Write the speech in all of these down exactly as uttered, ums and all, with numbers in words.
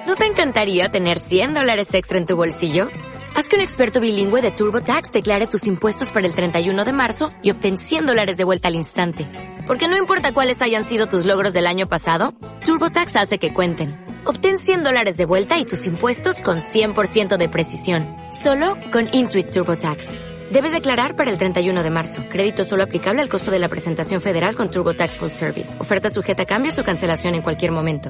¿No te encantaría tener cien dólares extra en tu bolsillo? Haz que un experto bilingüe de TurboTax declare tus impuestos para el treinta y uno de marzo y obtén cien dólares de vuelta al instante. Porque no importa cuáles hayan sido tus logros del año pasado, TurboTax hace que cuenten. Obtén cien dólares de vuelta y tus impuestos con cien por ciento de precisión. Solo con Intuit TurboTax. Debes declarar para el treinta y uno de marzo. Crédito solo aplicable al costo de la presentación federal con TurboTax Full Service. Oferta sujeta a cambios o cancelación en cualquier momento.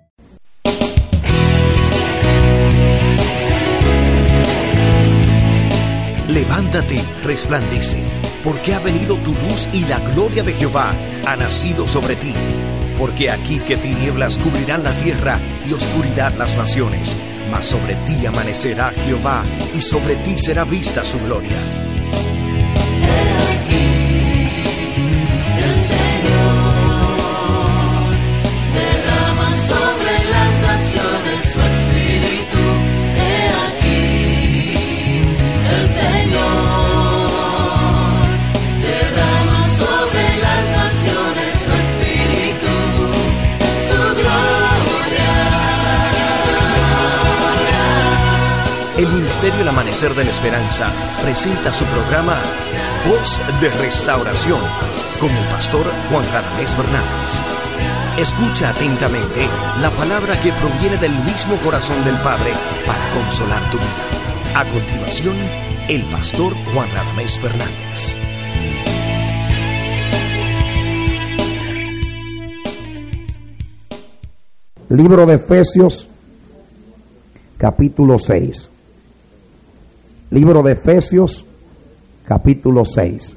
Levántate, resplandece, porque ha venido tu luz y la gloria de Jehová ha nacido sobre ti. Porque aquí que tinieblas cubrirán la tierra y oscuridad las naciones, mas sobre ti amanecerá Jehová y sobre ti será vista su gloria. He aquí, el Señor derrama sobre las naciones su espíritu. He aquí, el Señor derrama sobre las naciones su espíritu, su gloria, su gloria. El Ministerio El Amanecer de la Esperanza presenta su programa Voz de Restauración con el pastor Juan Radamés Fernández. Escucha atentamente la palabra que proviene del mismo corazón del Padre para consolar tu vida. A continuación, el pastor Juan Radamés Fernández. Libro de Efesios, capítulo seis. Libro de Efesios, capítulo seis.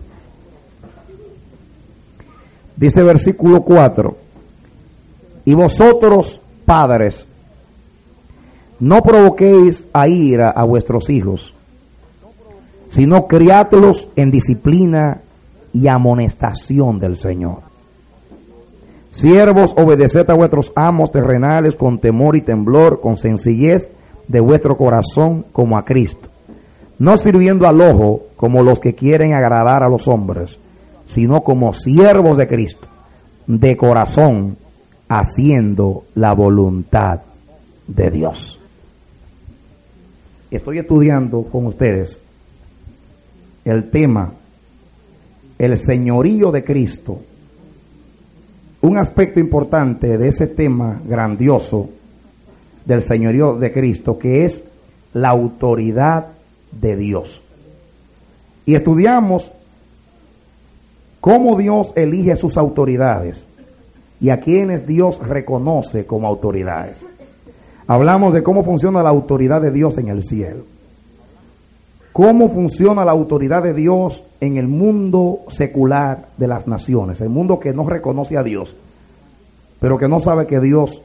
Dice versículo cuatro: y vosotros, padres, no provoquéis a ira a vuestros hijos, sino criadlos en disciplina y amonestación del Señor. Siervos, obedeced a vuestros amos terrenales con temor y temblor, con sencillez de vuestro corazón, como a Cristo, no sirviendo al ojo como los que quieren agradar a los hombres, sino como siervos de Cristo, de corazón, haciendo la voluntad de Dios. Estoy estudiando con ustedes el tema, el señorío de Cristo. Un aspecto importante de ese tema grandioso del señorío de Cristo, que es la autoridad de Dios. Y estudiamos cómo Dios elige sus autoridades y a quienes Dios reconoce como autoridades. Hablamos de cómo funciona la autoridad de Dios en el cielo, cómo funciona la autoridad de Dios en el mundo secular de las naciones, el mundo que no reconoce a Dios, pero que no sabe que Dios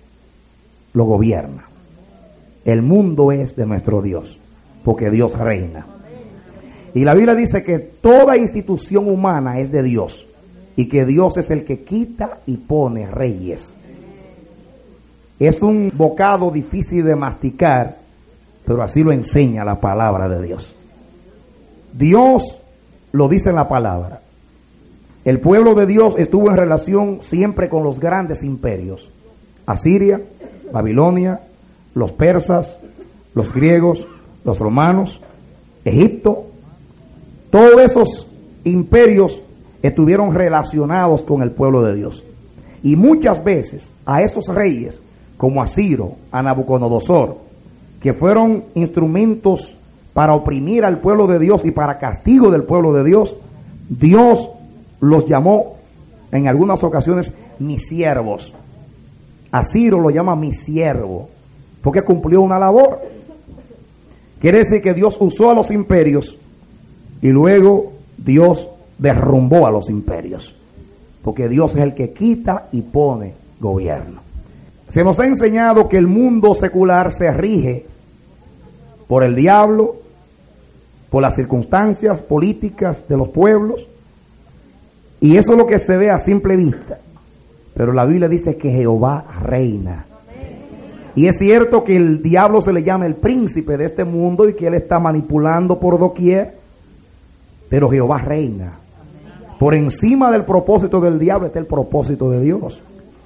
lo gobierna. El mundo es de nuestro Dios, porque Dios reina. Y la Biblia dice que toda institución humana es de Dios, y que Dios es el que quita y pone reyes. Es un bocado difícil de masticar, pero así lo enseña la palabra de Dios. Dios lo dice en la palabra. El pueblo de Dios estuvo en relación siempre con los grandes imperios: Asiria, Babilonia, los persas, los griegos, los romanos, Egipto. Todos esos imperios estuvieron relacionados con el pueblo de Dios. Y muchas veces a esos reyes, como a Ciro, a Nabucodonosor, que fueron instrumentos para oprimir al pueblo de Dios y para castigo del pueblo de Dios, Dios los llamó en algunas ocasiones mis siervos. A Ciro lo llama mi siervo, porque cumplió una labor. Quiere decir que Dios usó a los imperios y luego Dios derrumbó a los imperios, porque Dios es el que quita y pone gobierno. Se nos ha enseñado que el mundo secular se rige por el diablo, por las circunstancias políticas de los pueblos, y eso es lo que se ve a simple vista. Pero la Biblia dice que Jehová reina. Y es cierto que el diablo se le llama el príncipe de este mundo y que él está manipulando por doquier, pero Jehová reina. Por encima del propósito del diablo está el propósito de Dios.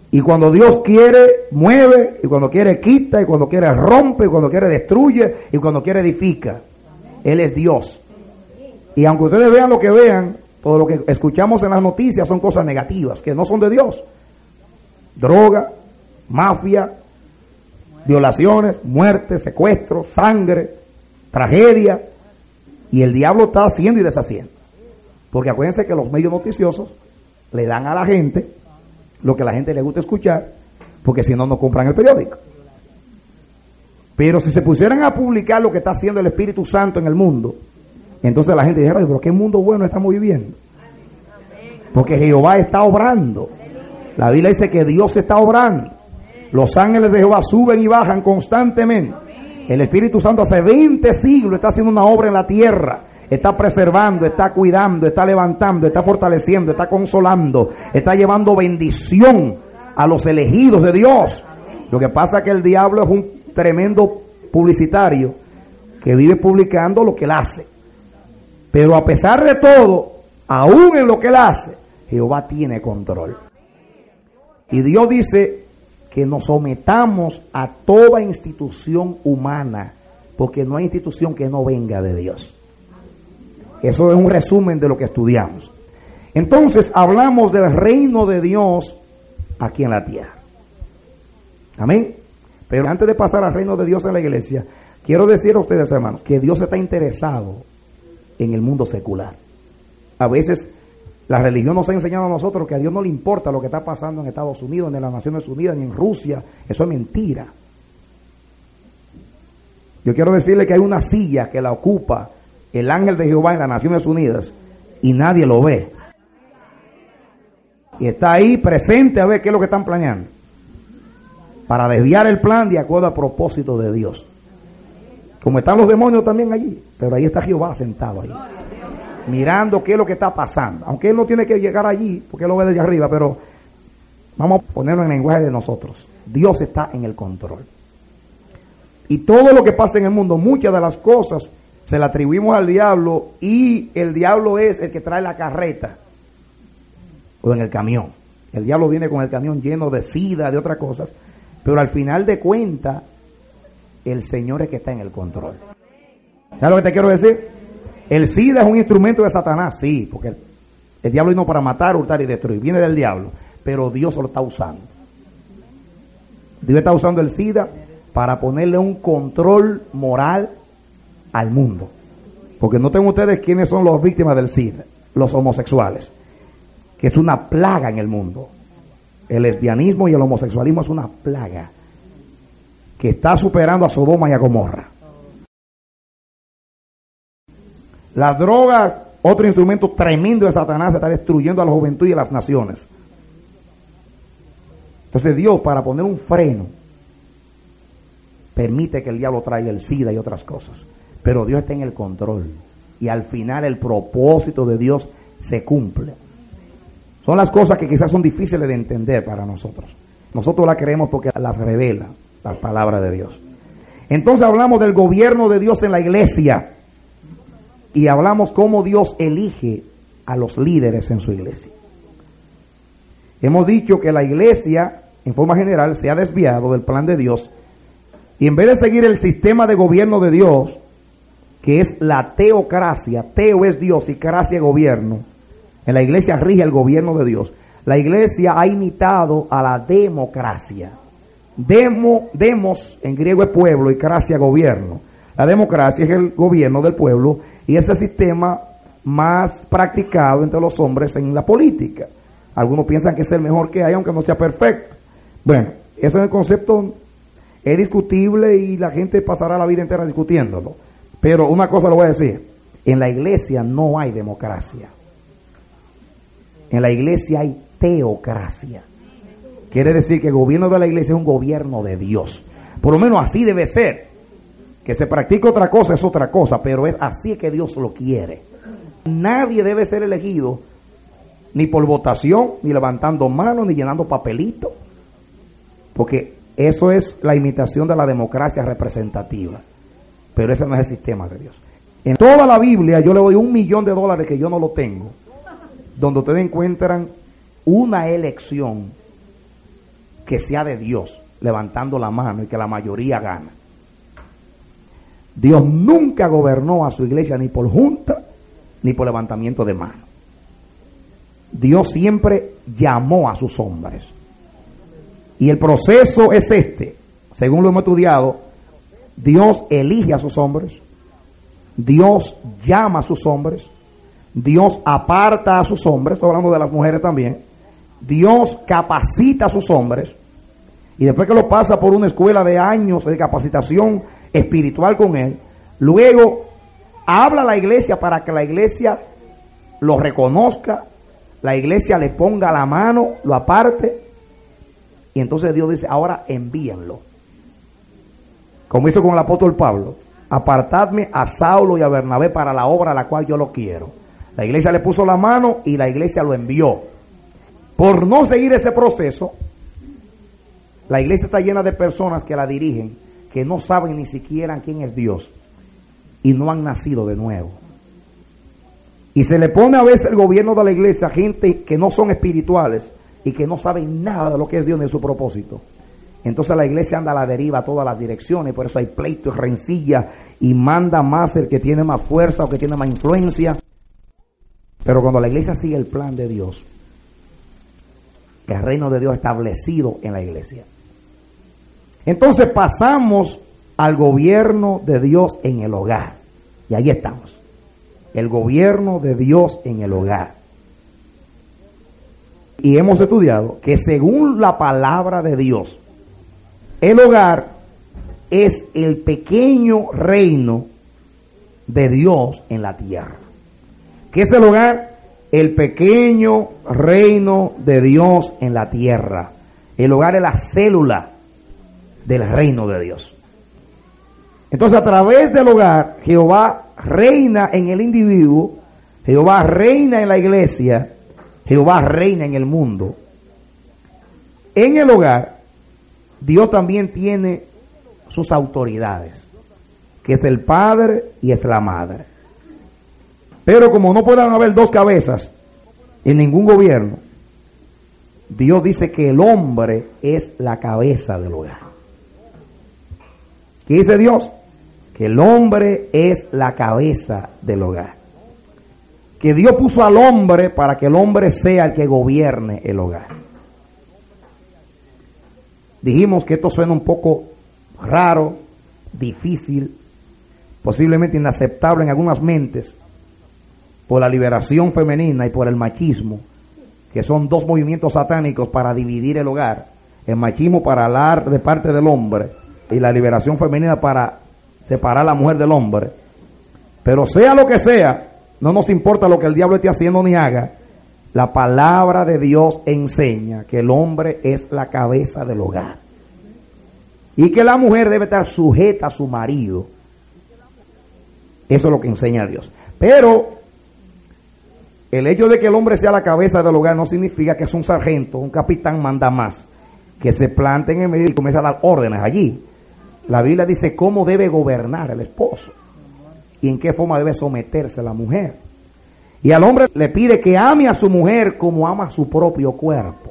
Y cuando Dios quiere, mueve, y cuando quiere, quita, y cuando quiere, rompe, y cuando quiere, destruye, y cuando quiere, edifica. Él es Dios. Y aunque ustedes vean lo que vean, todo lo que escuchamos en las noticias son cosas negativas, que no son de Dios. Droga, mafia, violaciones, muerte, secuestro, sangre, tragedia. Y el diablo está haciendo y deshaciendo. Porque acuérdense que los medios noticiosos le dan a la gente lo que a la gente le gusta escuchar, porque si no, no compran el periódico. Pero si se pusieran a publicar lo que está haciendo el Espíritu Santo en el mundo, entonces la gente dijera, pero qué mundo bueno estamos viviendo. Porque Jehová está obrando. La Biblia dice que Dios está obrando. Los ángeles de Jehová suben y bajan constantemente. El Espíritu Santo hace veinte siglos está haciendo una obra en la tierra. Está preservando, está cuidando, está levantando, está fortaleciendo, está consolando, está llevando bendición a los elegidos de Dios. Lo que pasa es que el diablo es un tremendo publicitario que vive publicando lo que él hace. Pero a pesar de todo, aún en lo que él hace, Jehová tiene control. Y Dios dice que nos sometamos a toda institución humana, porque no hay institución que no venga de Dios. Eso es un resumen de lo que estudiamos. Entonces hablamos del reino de Dios aquí en la tierra. Amén. Pero antes de pasar al reino de Dios en la iglesia, quiero decir a ustedes, hermanos, que Dios está interesado en el mundo secular. A veces la religión nos ha enseñado a nosotros que a Dios no le importa lo que está pasando en Estados Unidos, ni en las Naciones Unidas, ni en Rusia. Eso es mentira. Yo quiero decirle que hay una silla que la ocupa el ángel de Jehová en las Naciones Unidas y nadie lo ve. Y está ahí presente a ver qué es lo que están planeando, para desviar el plan de acuerdo al propósito de Dios. Como están los demonios también allí, pero ahí está Jehová sentado ahí, mirando qué es lo que está pasando. Aunque él no tiene que llegar allí, porque él lo ve desde arriba, pero vamos a ponerlo en el lenguaje de nosotros. Dios está en el control. Y todo lo que pasa en el mundo, muchas de las cosas se la atribuimos al diablo, y el diablo es el que trae la carreta o en el camión. El diablo viene con el camión lleno de sida, de otras cosas, pero al final de cuentas el Señor es que está en el control. ¿Sabes lo que te quiero decir? El sida es un instrumento de Satanás, sí, porque el, el diablo vino para matar, hurtar y destruir, viene del diablo, pero Dios lo está usando. Dios está usando el sida para ponerle un control moral al mundo. Porque noten ustedes quiénes son las víctimas del SIDA: los homosexuales, que es una plaga en el mundo. El lesbianismo y el homosexualismo es una plaga que está superando a Sodoma y a Gomorra. Las drogas, otro instrumento tremendo de Satanás, está destruyendo a la juventud y a las naciones. Entonces Dios, para poner un freno, permite que el diablo traiga el SIDA y otras cosas. Pero Dios está en el control. Y al final el propósito de Dios se cumple. Son las cosas que quizás son difíciles de entender para nosotros. Nosotros las creemos porque las revela la palabra de Dios. Entonces hablamos del gobierno de Dios en la iglesia. Y hablamos cómo Dios elige a los líderes en su iglesia. Hemos dicho que la iglesia, en forma general, se ha desviado del plan de Dios. Y en vez de seguir el sistema de gobierno de Dios, que es la teocracia, teo es Dios y cracia gobierno, en la iglesia rige el gobierno de Dios. La iglesia ha imitado a la democracia. Demo, demos en griego es pueblo y cracia gobierno. La democracia es el gobierno del pueblo y es el sistema más practicado entre los hombres en la política. Algunos piensan que es el mejor que hay, aunque no sea perfecto. Bueno, ese es el concepto, es discutible y la gente pasará la vida entera discutiéndolo. Pero una cosa lo voy a decir: en la iglesia no hay democracia. En la iglesia hay teocracia. Quiere decir que el gobierno de la iglesia es un gobierno de Dios. Por lo menos así debe ser. Que se practique otra cosa es otra cosa, pero es así que Dios lo quiere. Nadie debe ser elegido ni por votación, ni levantando manos, ni llenando papelitos, porque eso es la imitación de la democracia representativa. Pero ese no es el sistema de Dios. En toda la Biblia yo le doy un millón de dólares que yo no lo tengo, donde ustedes encuentran una elección que sea de Dios, levantando la mano y que la mayoría gana. Dios nunca gobernó a su iglesia ni por junta ni por levantamiento de mano. Dios siempre llamó a sus hombres. Y el proceso es este, según lo hemos estudiado. Dios elige a sus hombres, Dios llama a sus hombres, Dios aparta a sus hombres, estoy hablando de las mujeres también, Dios capacita a sus hombres, y después que lo pasa por una escuela de años de capacitación espiritual con él, luego habla a la iglesia para que la iglesia lo reconozca, la iglesia le ponga la mano, lo aparte, y entonces Dios dice, ahora envíenlo. Como hizo con el apóstol Pablo, apartadme a Saulo y a Bernabé para la obra a la cual yo lo quiero. La iglesia le puso la mano y la iglesia lo envió. Por no seguir ese proceso, la iglesia está llena de personas que la dirigen, que no saben ni siquiera quién es Dios y no han nacido de nuevo. Y se le pone a veces el gobierno de la iglesia a gente que no son espirituales y que no saben nada de lo que es Dios ni de su propósito. Entonces la iglesia anda a la deriva a todas las direcciones, por eso hay pleitos, rencillas, y manda más el que tiene más fuerza o que tiene más influencia. Pero cuando la iglesia sigue el plan de Dios, el reino de Dios establecido en la iglesia, entonces pasamos al gobierno de Dios en el hogar. Y ahí estamos. El gobierno de Dios en el hogar. Y hemos estudiado que según la palabra de Dios, el hogar es el pequeño reino de Dios en la tierra. ¿Qué es el hogar? El pequeño reino de Dios en la tierra. El hogar es la célula del reino de Dios. Entonces, a través del hogar, Jehová reina en el individuo, Jehová reina en la iglesia, Jehová reina en el mundo. En el hogar, Dios también tiene sus autoridades, que es el padre y es la madre. Pero como no pueden haber dos cabezas en ningún gobierno, Dios dice que el hombre es la cabeza del hogar. ¿Qué dice Dios? Que el hombre es la cabeza del hogar. Que Dios puso al hombre para que el hombre sea el que gobierne el hogar. Dijimos que esto suena un poco raro, difícil, posiblemente inaceptable en algunas mentes, por la liberación femenina y por el machismo, que son dos movimientos satánicos para dividir el hogar. El machismo para hablar de parte del hombre y la liberación femenina para separar a la mujer del hombre. Pero sea lo que sea, no nos importa lo que el diablo esté haciendo ni haga, la palabra de Dios enseña que el hombre es la cabeza del hogar y que la mujer debe estar sujeta a su marido. Eso es lo que enseña Dios. Pero el hecho de que el hombre sea la cabeza del hogar no significa que es un sargento, un capitán manda más, que se plante en el medio y comienza a dar órdenes allí. La Biblia dice cómo debe gobernar el esposo y en qué forma debe someterse la mujer. Y al hombre le pide que ame a su mujer como ama a su propio cuerpo.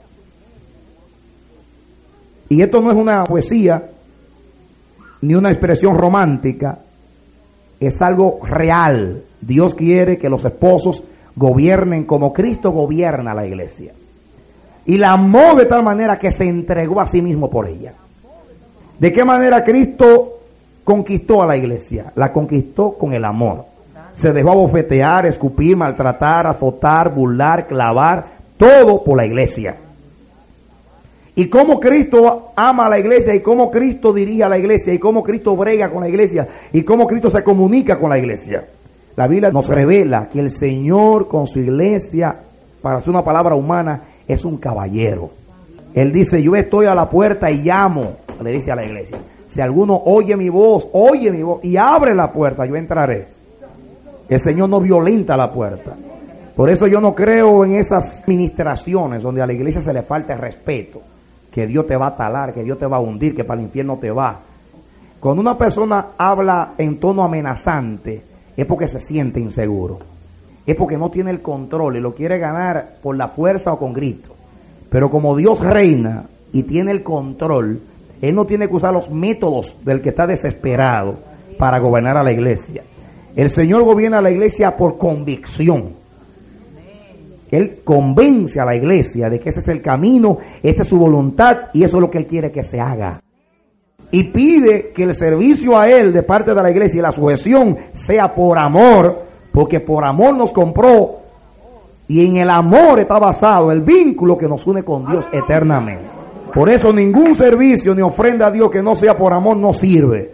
Y esto no es una poesía ni una expresión romántica, es algo real. Dios quiere que los esposos gobiernen como Cristo gobierna la iglesia. Y la amó de tal manera que se entregó a sí mismo por ella. ¿De qué manera Cristo conquistó a la iglesia? La conquistó con el amor. Se dejó abofetear, escupir, maltratar, azotar, burlar, clavar, todo por la iglesia. Y cómo Cristo ama a la iglesia, y cómo Cristo dirige a la iglesia, y cómo Cristo brega con la iglesia, y cómo Cristo se comunica con la iglesia. La Biblia nos revela que el Señor con su iglesia, para hacer una palabra humana, es un caballero. Él dice, yo estoy a la puerta y llamo, le dice a la iglesia. Si alguno oye mi voz, oye mi voz y abre la puerta, yo entraré. El Señor no violenta la puerta. Por eso yo no creo en esas ministraciones donde a la iglesia se le falta el respeto, que Dios te va a talar, que Dios te va a hundir, que para el infierno te va. Cuando una persona habla en tono amenazante, es porque se siente inseguro. Es porque no tiene el control y lo quiere ganar por la fuerza o con grito. Pero como Dios reina, y tiene el control, Él no tiene que usar los métodos del que está desesperado para gobernar a la iglesia. El Señor gobierna a la iglesia por convicción. Él convence a la iglesia de que ese es el camino, esa es su voluntad y eso es lo que Él quiere que se haga. Y pide que el servicio a Él de parte de la iglesia y la sujeción sea por amor, porque por amor nos compró y en el amor está basado el vínculo que nos une con Dios eternamente. Por eso ningún servicio ni ofrenda a Dios que no sea por amor no sirve.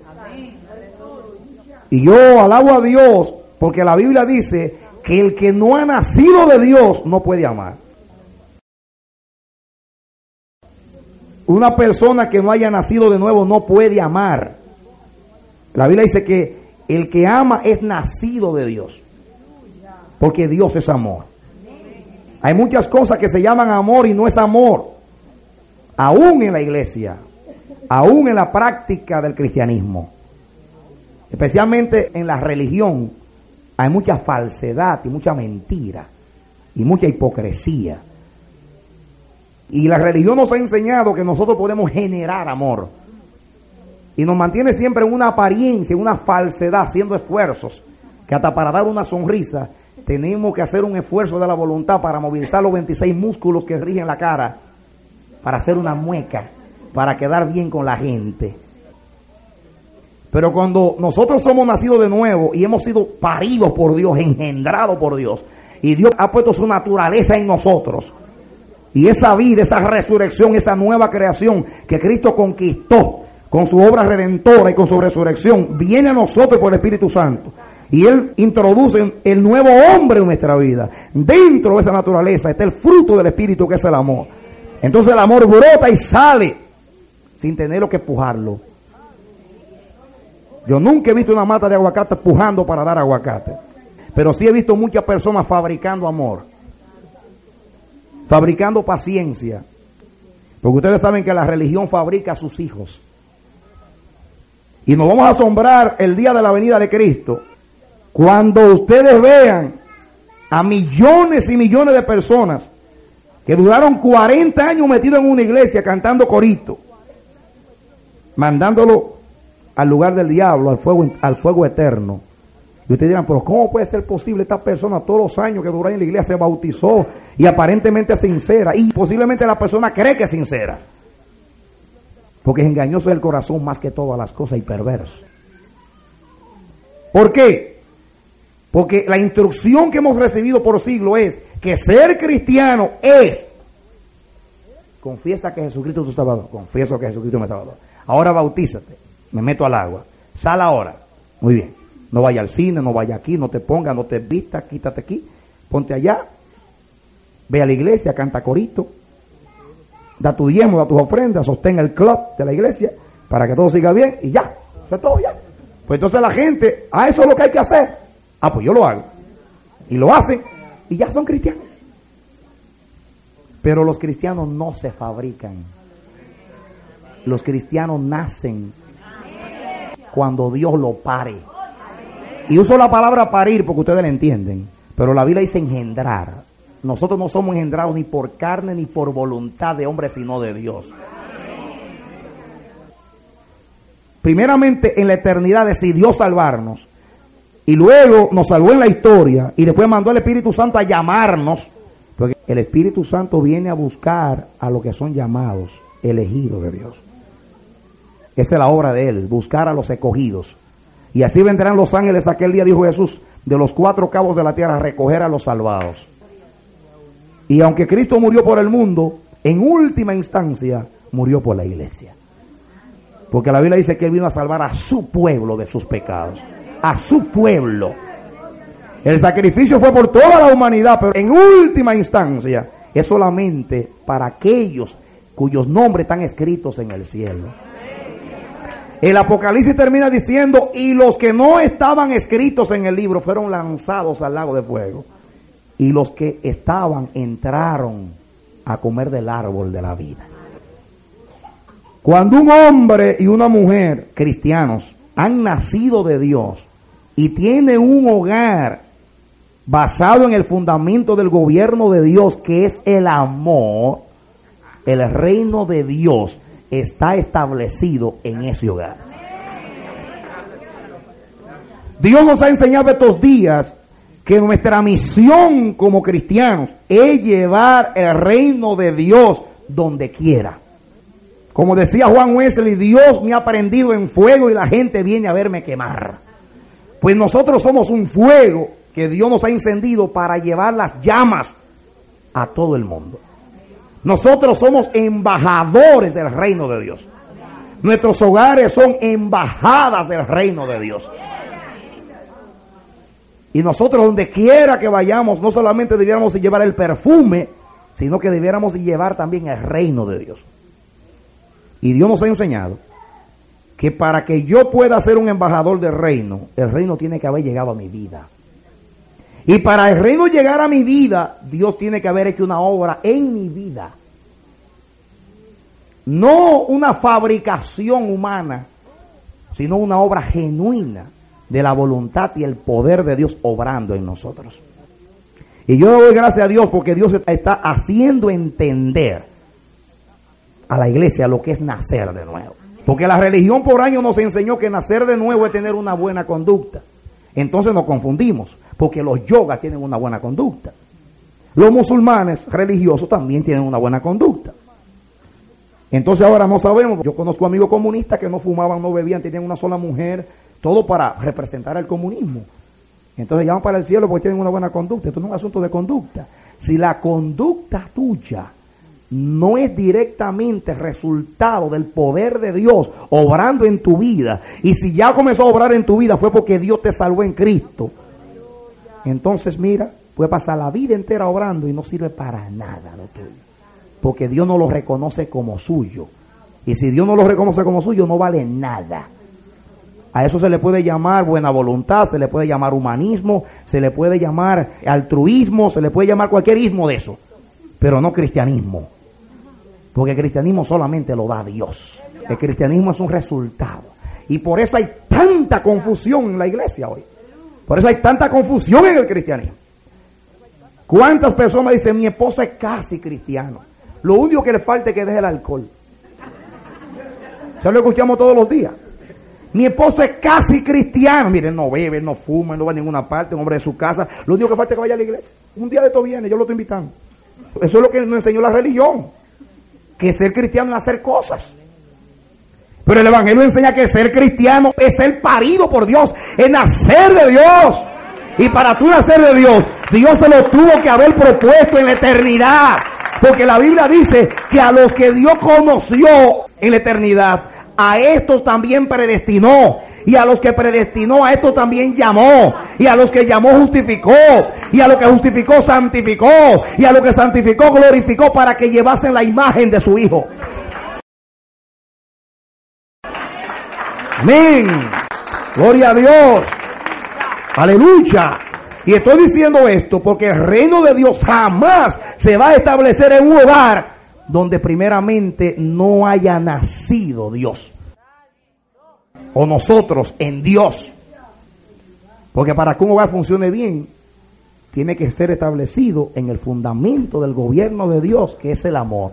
Y yo alabo a Dios porque la Biblia dice que el que no ha nacido de Dios no puede amar. Una persona que no haya nacido de nuevo no puede amar. La Biblia dice que el que ama es nacido de Dios, porque Dios es amor. Hay muchas cosas que se llaman amor y no es amor, aún en la iglesia, aún en la práctica del cristianismo, especialmente en la religión. Hay mucha falsedad y mucha mentira y mucha hipocresía. Y la religión nos ha enseñado que nosotros podemos generar amor. Y nos mantiene siempre en una apariencia, en una falsedad, haciendo esfuerzos. Que hasta para dar una sonrisa tenemos que hacer un esfuerzo de la voluntad para movilizar los veintiséis músculos que rigen la cara. Para hacer una mueca, para quedar bien con la gente. Pero cuando nosotros somos nacidos de nuevo y hemos sido paridos por Dios, engendrados por Dios, y Dios ha puesto su naturaleza en nosotros, y esa vida, esa resurrección, esa nueva creación que Cristo conquistó con su obra redentora y con su resurrección, viene a nosotros por el Espíritu Santo. Y Él introduce el nuevo hombre en nuestra vida. Dentro de esa naturaleza está el fruto del Espíritu, que es el amor. Entonces el amor brota y sale sin tener que empujarlo. Yo nunca he visto una mata de aguacate pujando para dar aguacate. Pero sí he visto muchas personas fabricando amor. Fabricando paciencia. Porque ustedes saben que la religión fabrica a sus hijos. Y nos vamos a asombrar el día de la venida de Cristo, cuando ustedes vean a millones y millones de personas que duraron cuarenta años metidos en una iglesia cantando corito, mandándolo al lugar del diablo, al fuego, al fuego eterno. Y ustedes dirán, pero ¿cómo puede ser posible? Esta persona todos los años que duró en la iglesia se bautizó y aparentemente es sincera, y posiblemente la persona cree que es sincera, porque es engañoso el corazón más que todas las cosas y perverso. ¿Por qué? Porque la instrucción que hemos recibido por siglos es que ser cristiano es: confiesa que Jesucristo es tu Salvador. Confieso que Jesucristo es mi Salvador. Ahora bautízate, me meto al agua, sal ahora. Muy bien. No vaya al cine, no vaya aquí, no te ponga, no te vistas, quítate aquí, ponte allá, ve a la iglesia, canta corito, da tu diezmo, da tus ofrendas, sostén el club de la iglesia para que todo siga bien y ya, eso es todo ya. Pues entonces la gente, ah, eso es lo que hay que hacer. Ah, pues yo lo hago. Y lo hacen y ya son cristianos. Pero los cristianos no se fabrican. Los cristianos nacen cuando Dios lo pare. Y uso la palabra parir porque ustedes la entienden, pero la Biblia dice engendrar. Nosotros no somos engendrados ni por carne ni por voluntad de hombre, sino de Dios. Primeramente en la eternidad decidió salvarnos, y luego nos salvó en la historia, y después mandó al Espíritu Santo a llamarnos, porque el Espíritu Santo viene a buscar a los que son llamados, elegidos de Dios. Esa es la obra de Él, buscar a los escogidos. Y así vendrán los ángeles aquel día, dijo Jesús, de los cuatro cabos de la tierra a recoger a los salvados. Y aunque Cristo murió por el mundo, en última instancia murió por la iglesia. Porque la Biblia dice que Él vino a salvar a su pueblo de sus pecados. A su pueblo. El sacrificio fue por toda la humanidad, pero en última instancia es solamente para aquellos cuyos nombres están escritos en el cielo. El Apocalipsis termina diciendo, y los que no estaban escritos en el libro fueron lanzados al lago de fuego. Y los que estaban entraron a comer del árbol de la vida. Cuando un hombre y una mujer cristianos han nacido de Dios y tienen un hogar basado en el fundamento del gobierno de Dios, que es el amor, el reino de Dios está establecido en ese hogar. Dios nos ha enseñado estos días que nuestra misión como cristianos es llevar el reino de Dios donde quiera. Como decía Juan Wesley, Dios me ha prendido en fuego y la gente viene a verme quemar. Pues nosotros somos un fuego que Dios nos ha encendido para llevar las llamas a todo el mundo. Nosotros somos embajadores del reino de Dios. Nuestros hogares son embajadas del reino de Dios. Y nosotros donde quiera que vayamos, no solamente debiéramos llevar el perfume, sino que debiéramos llevar también el reino de Dios. Y Dios nos ha enseñado que para que yo pueda ser un embajador del reino, el reino tiene que haber llegado a mi vida. Y para el reino llegar a mi vida, Dios tiene que haber hecho una obra en mi vida. No una fabricación humana, sino una obra genuina de la voluntad y el poder de Dios obrando en nosotros. Y yo doy gracias a Dios porque Dios está haciendo entender a la iglesia lo que es nacer de nuevo. Porque la religión por años nos enseñó que nacer de nuevo es tener una buena conducta. Entonces nos confundimos, porque los yogas tienen una buena conducta. Los musulmanes religiosos también tienen una buena conducta. Entonces ahora no sabemos. Yo conozco amigos comunistas que no fumaban, no bebían, tenían una sola mujer, todo para representar el comunismo. Entonces llaman para el cielo porque tienen una buena conducta. Esto no es un asunto de conducta. Si la conducta tuya no es directamente resultado del poder de Dios obrando en tu vida, y si ya comenzó a obrar en tu vida fue porque Dios te salvó en Cristo, entonces mira, puede pasar la vida entera obrando y no sirve para nada lo tuyo, porque Dios no lo reconoce como suyo. Y si Dios no lo reconoce como suyo, no vale nada. A eso se le puede llamar buena voluntad, se le puede llamar humanismo, se le puede llamar altruismo, se le puede llamar cualquier ismo de eso, pero no cristianismo. Porque el cristianismo solamente lo da Dios. El cristianismo es un resultado. Y por eso hay tanta confusión en la iglesia hoy. Por eso hay tanta confusión en el cristianismo. ¿Cuántas personas dicen, mi esposo es casi cristiano? Lo único que le falta es que deje el alcohol. ¿Se lo escuchamos todos los días? Mi esposo es casi cristiano. Miren, no bebe, no fuma, no va a ninguna parte, un hombre de su casa. Lo único que falta es que vaya a la iglesia. Un día de esto viene, yo lo estoy invitando. Eso es lo que nos enseñó la religión. Que ser cristiano es hacer cosas. Pero el evangelio enseña que ser cristiano es ser parido por Dios, es nacer de Dios. Y para tú nacer de Dios, Dios se lo tuvo que haber propuesto en la eternidad. Porque la Biblia dice que a los que Dios conoció en la eternidad, a estos también predestinó. Y a los que predestinó, a estos también llamó. Y a los que llamó, justificó. Y a los que justificó, santificó. Y a los que santificó, glorificó para que llevasen la imagen de su Hijo. Amén. Gloria a Dios. Aleluya. Y estoy diciendo esto porque el reino de Dios jamás se va a establecer en un hogar donde primeramente no haya nacido Dios. O nosotros en Dios. Porque para que un hogar funcione bien, tiene que ser establecido en el fundamento del gobierno de Dios, que es el amor.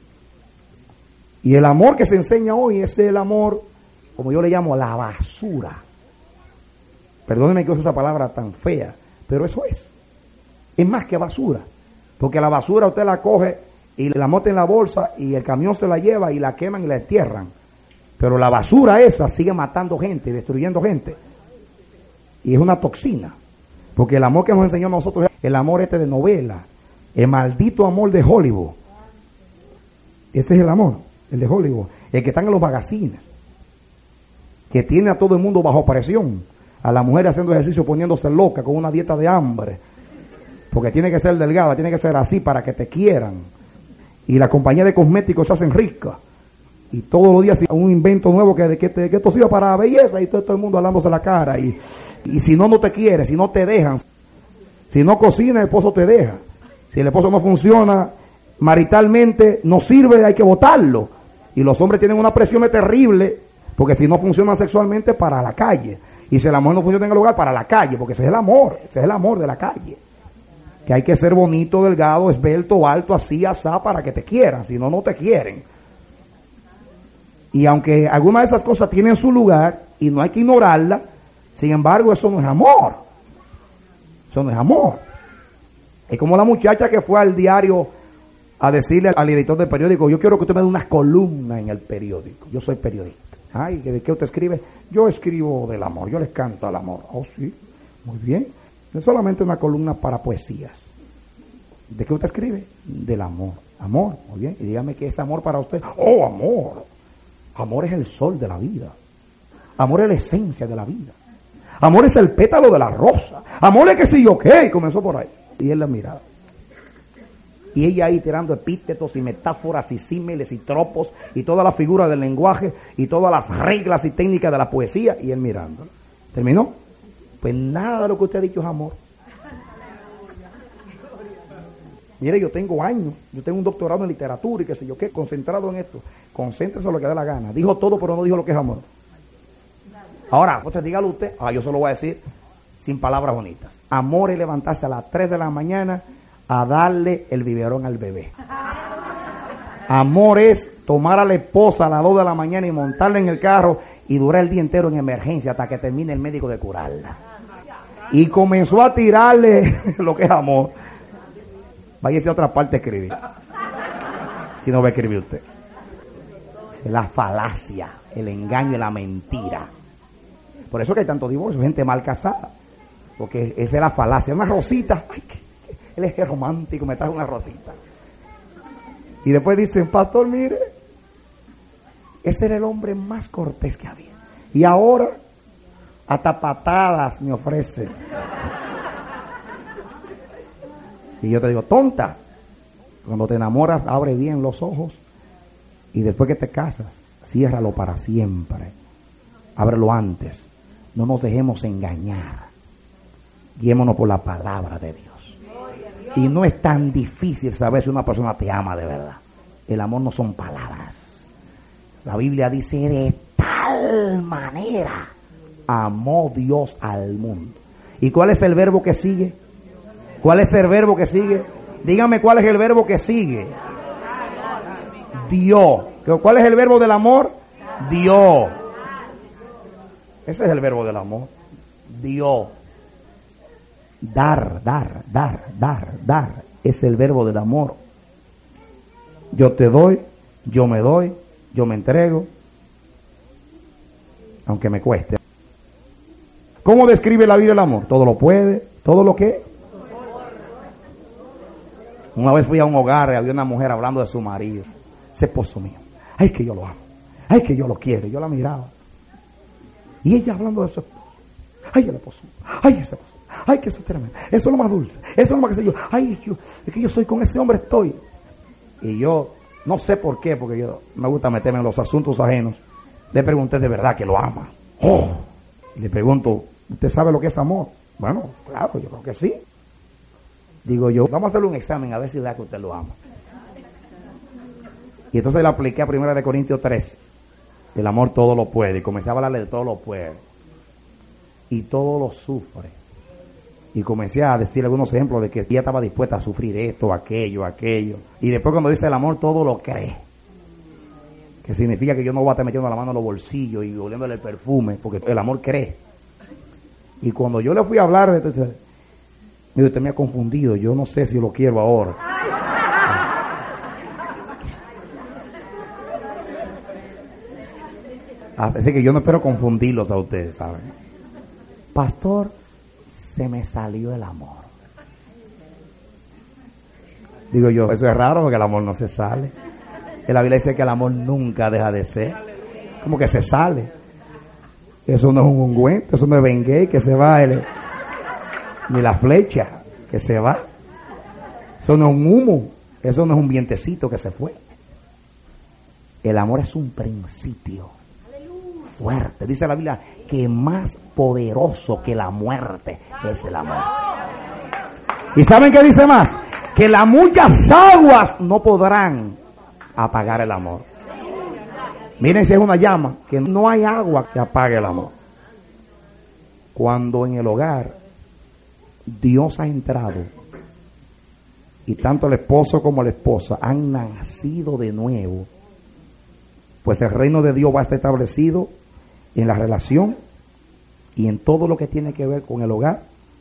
Y el amor que se enseña hoy es el amor, como yo le llamo, la basura. Perdónenme que use esa palabra tan fea, pero eso es. Es más que basura. Porque la basura usted la coge y la mete en la bolsa y el camión se la lleva y la queman y la entierran. Pero la basura esa sigue matando gente, destruyendo gente. Y es una toxina. Porque el amor que nos enseñó a nosotros es el amor este de novela. El maldito amor de Hollywood. Ese es el amor, el de Hollywood. El que está en los magazines. Que tiene a todo el mundo bajo presión. A la mujer haciendo ejercicio poniéndose loca con una dieta de hambre. Porque tiene que ser delgada, tiene que ser así para que te quieran. Y la compañía de cosméticos se hacen ricas. Y todos los días un invento nuevo que, que, te, que esto sirva para belleza y todo, todo el mundo hablando la cara. Y, y si no, no te quiere, si no te dejan. Si no cocina, el esposo te deja. Si el esposo no funciona maritalmente, no sirve, hay que botarlo. Y los hombres tienen una presión terrible, porque si no funcionan sexualmente, para la calle. Y si el amor no funciona en el hogar, para la calle, porque ese es el amor, ese es el amor de la calle. Que hay que ser bonito, delgado, esbelto, alto, así, asá, para que te quieran, si no, no te quieren. Y aunque algunas de esas cosas tienen su lugar y no hay que ignorarlas, sin embargo, eso no es amor. Eso no es amor. Es como la muchacha que fue al diario a decirle al editor del periódico: yo quiero que usted me dé una columna en el periódico. Yo soy periodista. Ay, ¿de qué usted escribe? Yo escribo del amor, yo les canto al amor. Oh, sí, muy bien. No es solamente una columna para poesías. ¿De qué usted escribe? Del amor. Amor, muy bien. Y dígame qué es amor para usted. Oh, amor. Amor es el sol de la vida. Amor es la esencia de la vida. Amor es el pétalo de la rosa. Amor es que si yo qué. Y comenzó por ahí. Y él la miraba. Y ella ahí tirando epítetos y metáforas y símiles y tropos y todas las figuras del lenguaje y todas las reglas y técnicas de la poesía. Y él mirando. ¿Terminó? Pues nada de lo que usted ha dicho es amor. Mire, yo tengo años, yo tengo un doctorado en literatura y qué sé yo qué, concentrado en esto. Concéntrese en lo que dé la gana. Dijo todo, pero no dijo lo que es amor. Ahora, usted dígalo usted, ah, yo se lo voy a decir sin palabras bonitas. Amor es levantarse a las tres de la mañana a darle el biberón al bebé. Amor es tomar a la esposa a las dos de la mañana y montarla en el carro y durar el día entero en emergencia hasta que termine el médico de curarla. Y comenzó a tirarle lo que es amor. Váyase a otra parte a escribir. Y no va a escribir usted. La falacia, el engaño y la mentira. Por eso que hay tanto divorcio, gente mal casada. Porque esa es la falacia. Una rosita. Ay, que, él es que romántico, me trae una rosita. Y después dicen: pastor, mire, ese era el hombre más cortés que había. Y ahora, hasta patadas me ofrece. Y yo te digo: tonta, cuando te enamoras, abre bien los ojos y después que te casas, ciérralo para siempre. Ábrelo antes. No nos dejemos engañar. Guiémonos por la palabra de Dios. Y no es tan difícil saber si una persona te ama de verdad. El amor no son palabras. La Biblia dice: de tal manera amó Dios al mundo. ¿Y cuál es el verbo que sigue? ¿Cuál es el verbo que sigue? Dígame cuál es el verbo que sigue. Dio. ¿Cuál es el verbo del amor? Dio. Ese es el verbo del amor. Dio. Dar, dar, dar, dar, dar. Es el verbo del amor. Yo te doy, yo me doy, yo me entrego, aunque me cueste. ¿Cómo describe la Biblia el amor? Todo lo puede, todo lo que. Una vez fui a un hogar y había una mujer hablando de su marido, ese esposo mío. Ay, que yo lo amo. Ay, que yo lo quiero. Yo la miraba. Y ella hablando de su esposo. Ay, el esposo. Ay, ese esposo. Ay, que eso es tremendo. Eso es lo más dulce. Eso es lo más que sé yo. Ay, yo, es que yo soy con ese hombre estoy. Y yo, no sé por qué, porque yo me gusta meterme en los asuntos ajenos. Le pregunté: ¿de verdad que lo ama? Oh. Y le pregunto: ¿usted sabe lo que es amor? Bueno, claro, yo creo que sí. Digo yo, vamos a hacerle un examen a ver si da que usted lo ama. Y entonces le apliqué a primera de Corintios tres. El amor todo lo puede. Y comencé a hablarle de todo lo puede. Y todo lo sufre. Y comencé a decir algunos ejemplos de que ella estaba dispuesta a sufrir esto, aquello, aquello. Y después cuando dice el amor todo lo cree. Que significa que yo no voy a estar metiendo la mano en los bolsillos y oliéndole el perfume. Porque el amor cree. Y cuando yo le fui a hablar, entonces, mire, usted me ha confundido. Yo no sé si lo quiero ahora. Así que yo no espero confundirlos a ustedes, ¿saben? Pastor, se me salió el amor. Digo yo, eso es raro porque el amor no se sale. En la Biblia dice que el amor nunca deja de ser. Como que se sale. Eso no es un ungüento, eso no es Bengay que se va, el, ni la flecha que se va. Eso no es un humo, eso no es un vientecito que se fue. El amor es un principio fuerte. Dice la Biblia que más poderoso que la muerte es el amor. ¿Y saben qué dice más? Que las muchas aguas no podrán apagar el amor. Miren si es una llama, que no hay agua que apague el amor. Cuando en el hogar Dios ha entrado, y tanto el esposo como la esposa han nacido de nuevo, pues el reino de Dios va a estar establecido en la relación y en todo lo que tiene que ver con el hogar,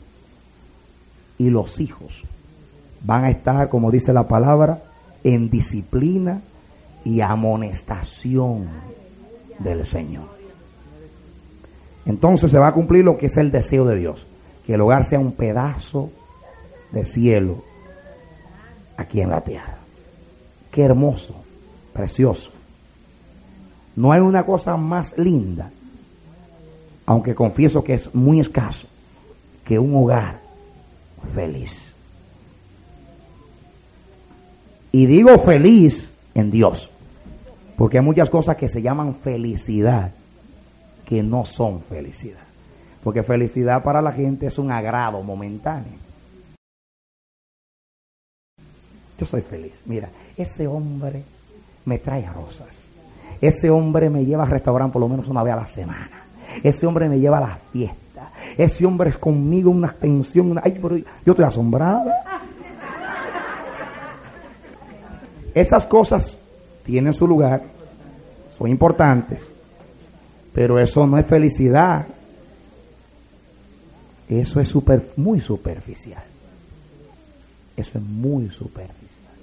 y los hijos van a estar, como dice la palabra, en disciplina y amonestación del Señor. Entonces se va a cumplir lo que es el deseo de Dios, que el hogar sea un pedazo de cielo aquí en la tierra. Qué hermoso, precioso. No hay una cosa más linda, aunque confieso que es muy escaso, que un hogar feliz. Y digo feliz en Dios, porque hay muchas cosas que se llaman felicidad, que no son felicidad. Porque felicidad para la gente es un agrado momentáneo. Yo soy feliz. Mira, ese hombre me trae rosas. Ese hombre me lleva al restaurante por lo menos una vez a la semana. Ese hombre me lleva a la fiesta. Ese hombre es conmigo una tensión. Una... Ay, pero yo estoy asombrada. Esas cosas tienen su lugar, son importantes, pero eso no es felicidad. Eso es super, muy superficial. Eso es muy superficial.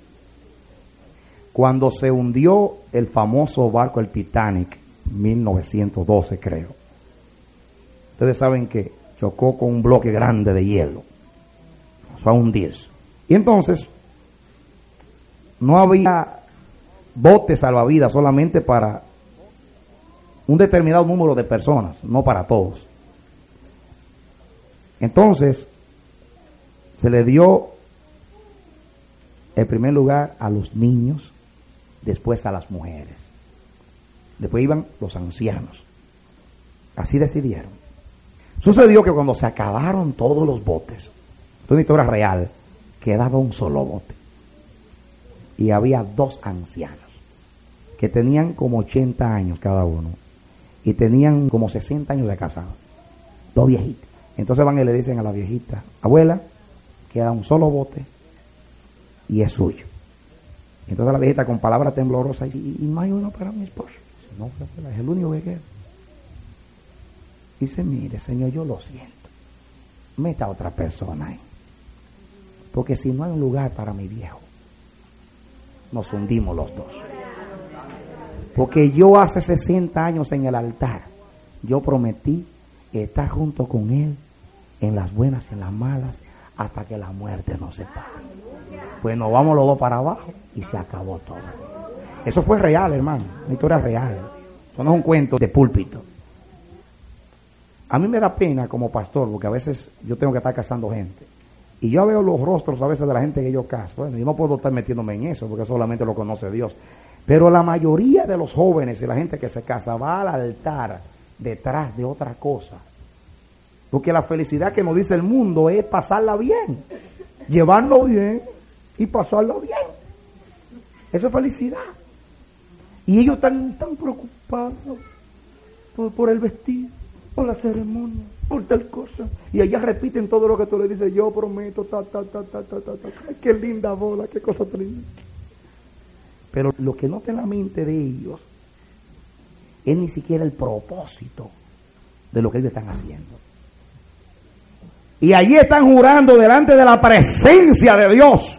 Cuando se hundió el famoso barco, el Titanic, mil novecientos doce creo, ustedes saben que chocó con un bloque grande de hielo, fue a hundirse. Y entonces no había botes salvavidas solamente para un determinado número de personas, no para todos. Entonces se le dio en primer lugar a los niños, después a las mujeres, después iban los ancianos. Así decidieron. Sucedió que cuando se acabaron todos los botes, esto es una historia real, quedaba un solo bote. Y había dos ancianos que tenían como ochenta años cada uno y tenían como sesenta años de casados, dos viejitas. Entonces van y le dicen a la viejita: abuela, queda un solo bote y es suyo. Entonces la viejita, con palabras temblorosas, dice: y no hay uno para mi esposo. Dice: no, abuela, es el único que queda. Dice: mire, señor, yo lo siento, meta a otra persona ahí, porque si no hay un lugar para mi viejo, nos hundimos los dos. Porque yo hace sesenta años en el altar, yo prometí estar junto con él en las buenas y en las malas hasta que la muerte nos separe. Pues nos vamos los dos para abajo y se acabó todo. Eso fue real, hermano, una historia real. Eso no es un cuento de púlpito. A mí me da pena como pastor, porque a veces yo tengo que estar casando gente. Y yo veo los rostros a veces de la gente que yo caso. Bueno, yo no puedo estar metiéndome en eso, porque solamente lo conoce Dios. Pero la mayoría de los jóvenes y la gente que se casa va al altar detrás de otra cosa. Porque la felicidad que nos dice el mundo es pasarla bien, llevarlo bien y pasarla bien. Eso es felicidad. Y ellos están tan preocupados por, por el vestido, por la ceremonia, por tal cosa. Y allá repiten todo lo que tú le dices: yo prometo, ta, ta, ta, ta, ta, ta, ta. Ay, qué linda boda, qué cosa tan linda. Pero lo que no está en la mente de ellos es ni siquiera el propósito de lo que ellos están haciendo. Y allí están jurando delante de la presencia de Dios.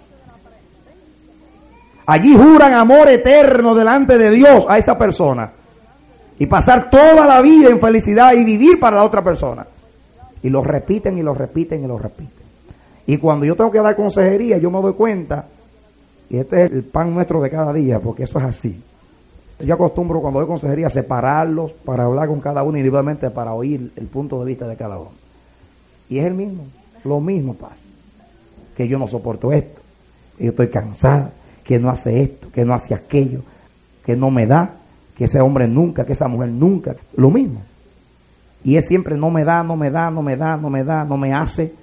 Allí juran amor eterno delante de Dios a esa persona. Y pasar toda la vida en felicidad y vivir para la otra persona. Y lo repiten y lo repiten y lo repiten. Y cuando yo tengo que dar consejería, yo me doy cuenta, y este es el pan nuestro de cada día, porque eso es así. Yo acostumbro, cuando doy consejería, separarlos para hablar con cada uno individualmente, para oír el punto de vista de cada uno. Y es el mismo, lo mismo pasa. Que yo no soporto esto, que yo estoy cansada, que no hace esto, que no hace aquello, que no me da, que ese hombre nunca, que esa mujer nunca, lo mismo. Y es siempre: no me da, no me da, no me da, no me da, no me hace.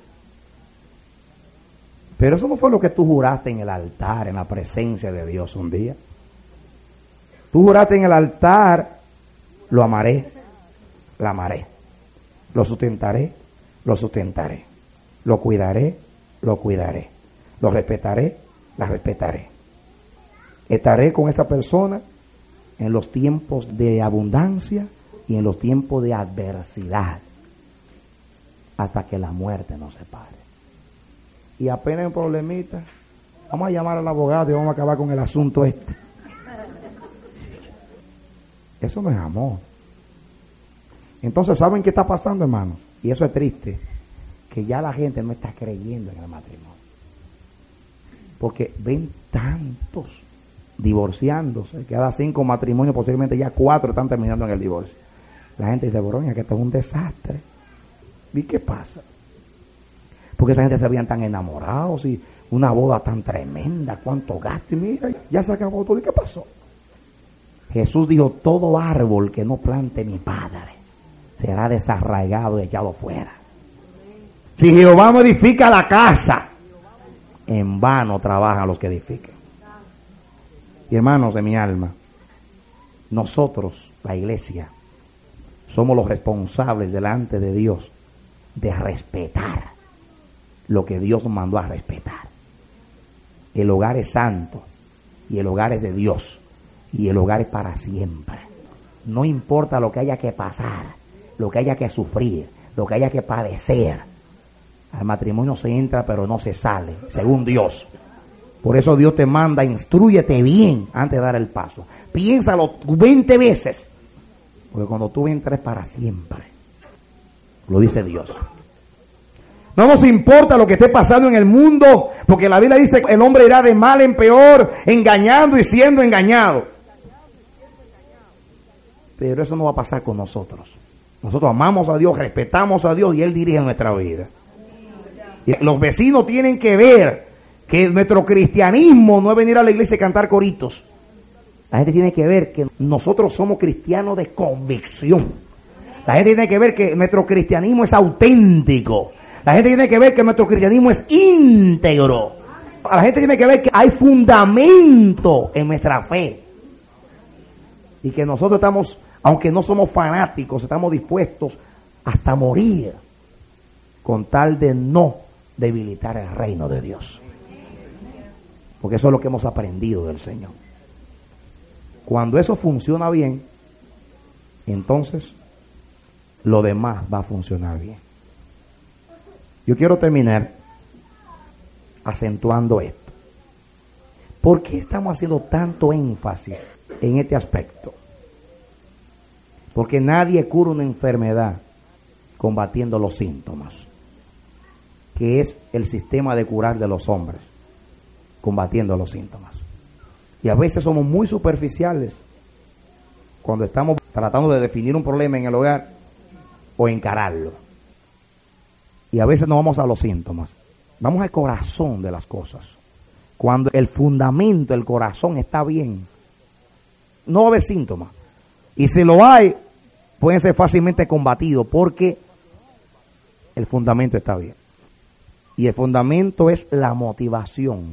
Pero eso no fue lo que tú juraste en el altar, en la presencia de Dios un día. Tú juraste en el altar: lo amaré, la amaré, lo sustentaré, lo sustentaré, lo cuidaré, lo cuidaré, lo respetaré, la respetaré. Estaré con esa persona en los tiempos de abundancia y en los tiempos de adversidad, hasta que la muerte nos separe. Y apenas un problemita, vamos a llamar al abogado y vamos a acabar con el asunto este. Eso no es amor. Entonces, ¿saben qué está pasando, hermanos? Y eso es triste, que ya la gente no está creyendo en el matrimonio. Porque ven tantos divorciándose, cada cinco matrimonios posiblemente ya cuatro están terminando en el divorcio. La gente dice, Boroña, que esto es un desastre. ¿Y qué pasa? Porque esa gente se veían tan enamorados y una boda tan tremenda, cuánto gasto, y mira, ya se acabó todo. ¿Y qué pasó? Jesús dijo, todo árbol que no plante mi Padre será desarraigado y echado fuera. Si Jehová no edifica la casa, en vano trabajan los que edifican. Y hermanos de mi alma, nosotros, la iglesia, somos los responsables delante de Dios de respetar lo que Dios mandó a respetar. El hogar es santo y el hogar es de Dios y el hogar es para siempre. No importa lo que haya que pasar, lo que haya que sufrir, lo que haya que padecer. Al matrimonio se entra pero no se sale, según Dios. Por eso Dios te manda, instrúyete bien antes de dar el paso. Piénsalo veinte veces. Porque cuando tú entres para siempre, lo dice Dios. No nos importa lo que esté pasando en el mundo, porque la Biblia dice que el hombre irá de mal en peor, engañando y siendo engañado. Pero eso no va a pasar con nosotros. Nosotros amamos a Dios, respetamos a Dios y Él dirige nuestra vida. Y los vecinos tienen que ver que nuestro cristianismo no es venir a la iglesia y cantar coritos. La gente tiene que ver que nosotros somos cristianos de convicción. La gente tiene que ver que nuestro cristianismo es auténtico. La gente tiene que ver que nuestro cristianismo es íntegro. La gente tiene que ver que hay fundamento en nuestra fe. Y que nosotros estamos, aunque no somos fanáticos, estamos dispuestos hasta morir con tal de no debilitar el reino de Dios. Porque eso es lo que hemos aprendido del Señor. Cuando eso funciona bien, entonces lo demás va a funcionar bien. Yo quiero terminar acentuando esto. ¿Por qué estamos haciendo tanto énfasis en este aspecto? Porque nadie cura una enfermedad combatiendo los síntomas, que es el sistema de curar de los hombres, combatiendo los síntomas. Y a veces somos muy superficiales cuando estamos tratando de definir un problema en el hogar o encararlo. Y a veces no vamos a los síntomas, vamos al corazón de las cosas. Cuando el fundamento, el corazón está bien, no va a haber síntomas. Y si lo hay, pueden ser fácilmente combatidos porque el fundamento está bien. Y el fundamento es la motivación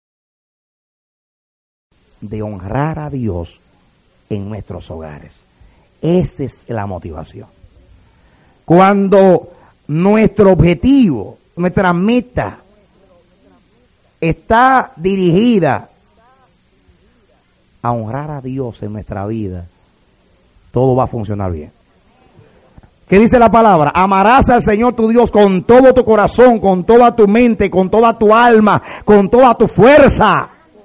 de honrar a Dios en nuestros hogares. Esa es la motivación. Cuando nuestro objetivo, nuestra meta está dirigida a honrar a Dios en nuestra vida, todo va a funcionar bien. ¿Qué dice la palabra? Amarás al Señor tu Dios con todo tu corazón, con toda tu mente, con toda tu alma, con toda tu fuerza.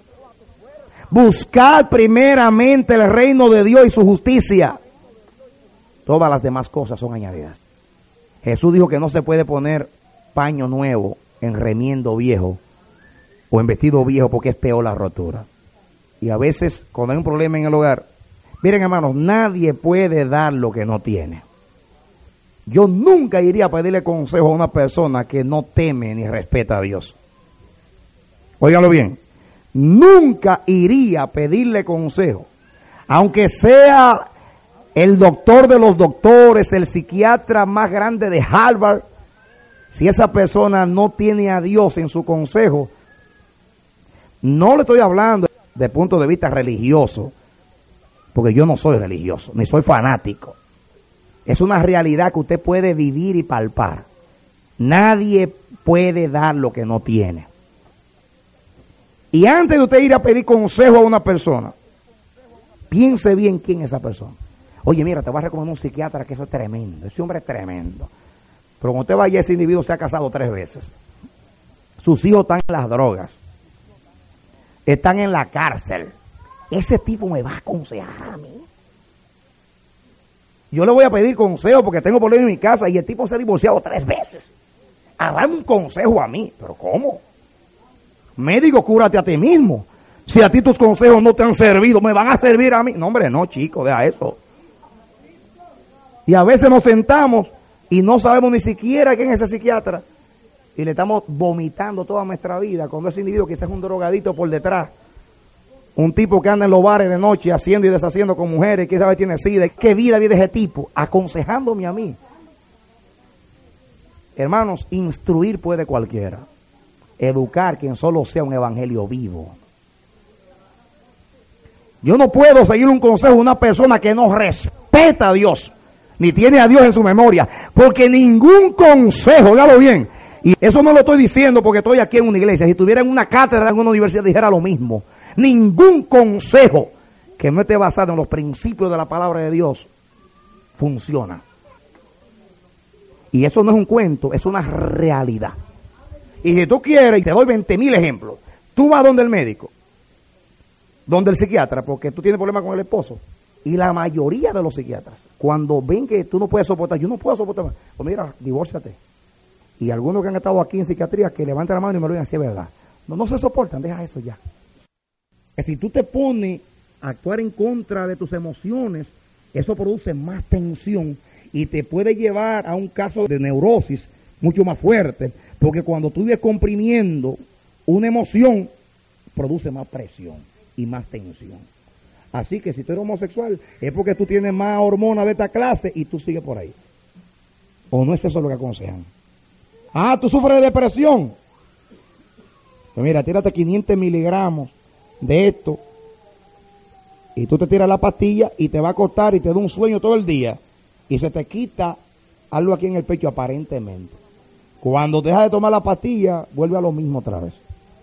Buscad primeramente el reino de Dios y su justicia. Todas las demás cosas son añadidas. Jesús dijo que no se puede poner paño nuevo en remiendo viejo o en vestido viejo porque es peor la rotura. Y a veces cuando hay un problema en el hogar, miren hermanos, nadie puede dar lo que no tiene. Yo nunca iría a pedirle consejo a una persona que no teme ni respeta a Dios. Óiganlo bien. Nunca iría a pedirle consejo, aunque sea el doctor de los doctores, el psiquiatra más grande de Harvard. Si esa persona no tiene a Dios en su consejo, no le estoy hablando de punto de vista religioso, porque yo no soy religioso, ni soy fanático. Es una realidad que usted puede vivir y palpar. Nadie puede dar lo que no tiene. Y antes de usted ir a pedir consejo a una persona, piense bien quién es esa persona. Oye, mira, te voy a recomendar un psiquiatra que eso es tremendo, ese hombre es tremendo. Pero cuando usted vaya, ese individuo se ha casado tres veces. Sus hijos están en las drogas. Están en la cárcel. Ese tipo me va a aconsejar a mí. Yo le voy a pedir consejo porque tengo problemas en mi casa y el tipo se ha divorciado tres veces. A darme un consejo a mí. ¿Pero cómo? Médico, cúrate a ti mismo. Si a ti tus consejos no te han servido, ¿me van a servir a mí? No, hombre, no, chico, deja eso. Y a veces nos sentamos y no sabemos ni siquiera quién es ese psiquiatra. Y le estamos vomitando toda nuestra vida cuando ese individuo quizás es un drogadito por detrás. Un tipo que anda en los bares de noche haciendo y deshaciendo con mujeres, que sabe tiene sida. ¿Qué vida vive ese tipo? Aconsejándome a mí. Hermanos, instruir puede cualquiera. Educar quien solo sea un evangelio vivo. Yo no puedo seguir un consejo de una persona que no respeta a Dios, ni tiene a Dios en su memoria, porque ningún consejo, óigalo bien, y eso no lo estoy diciendo porque estoy aquí en una iglesia, si estuviera en una cátedra en una universidad dijera lo mismo. Ningún consejo que no esté basado en los principios de la palabra de Dios funciona. Y eso no es un cuento, es una realidad. Y si tú quieres, y te doy veinte mil ejemplos, tú vas donde el médico, donde el psiquiatra, porque tú tienes problemas con el esposo. Y la mayoría de los psiquiatras, cuando ven que tú no puedes soportar, yo no puedo soportar más, pues mira, divórciate. Y algunos que han estado aquí en psiquiatría, que levanten la mano y me lo digan si es verdad. No, no se soportan, deja eso ya. Que si tú te pones a actuar en contra de tus emociones, eso produce más tensión y te puede llevar a un caso de neurosis mucho más fuerte, porque cuando tú vives comprimiendo una emoción, produce más presión y más tensión. Así que si tú eres homosexual, es porque tú tienes más hormonas de esta clase y tú sigues por ahí. ¿O no es eso lo que aconsejan? Ah, tú sufres de depresión. Pues mira, tírate quinientos miligramos de esto y tú te tiras la pastilla y te va a acostar y te da un sueño todo el día y se te quita algo aquí en el pecho aparentemente. Cuando dejas de tomar la pastilla, vuelve a lo mismo otra vez.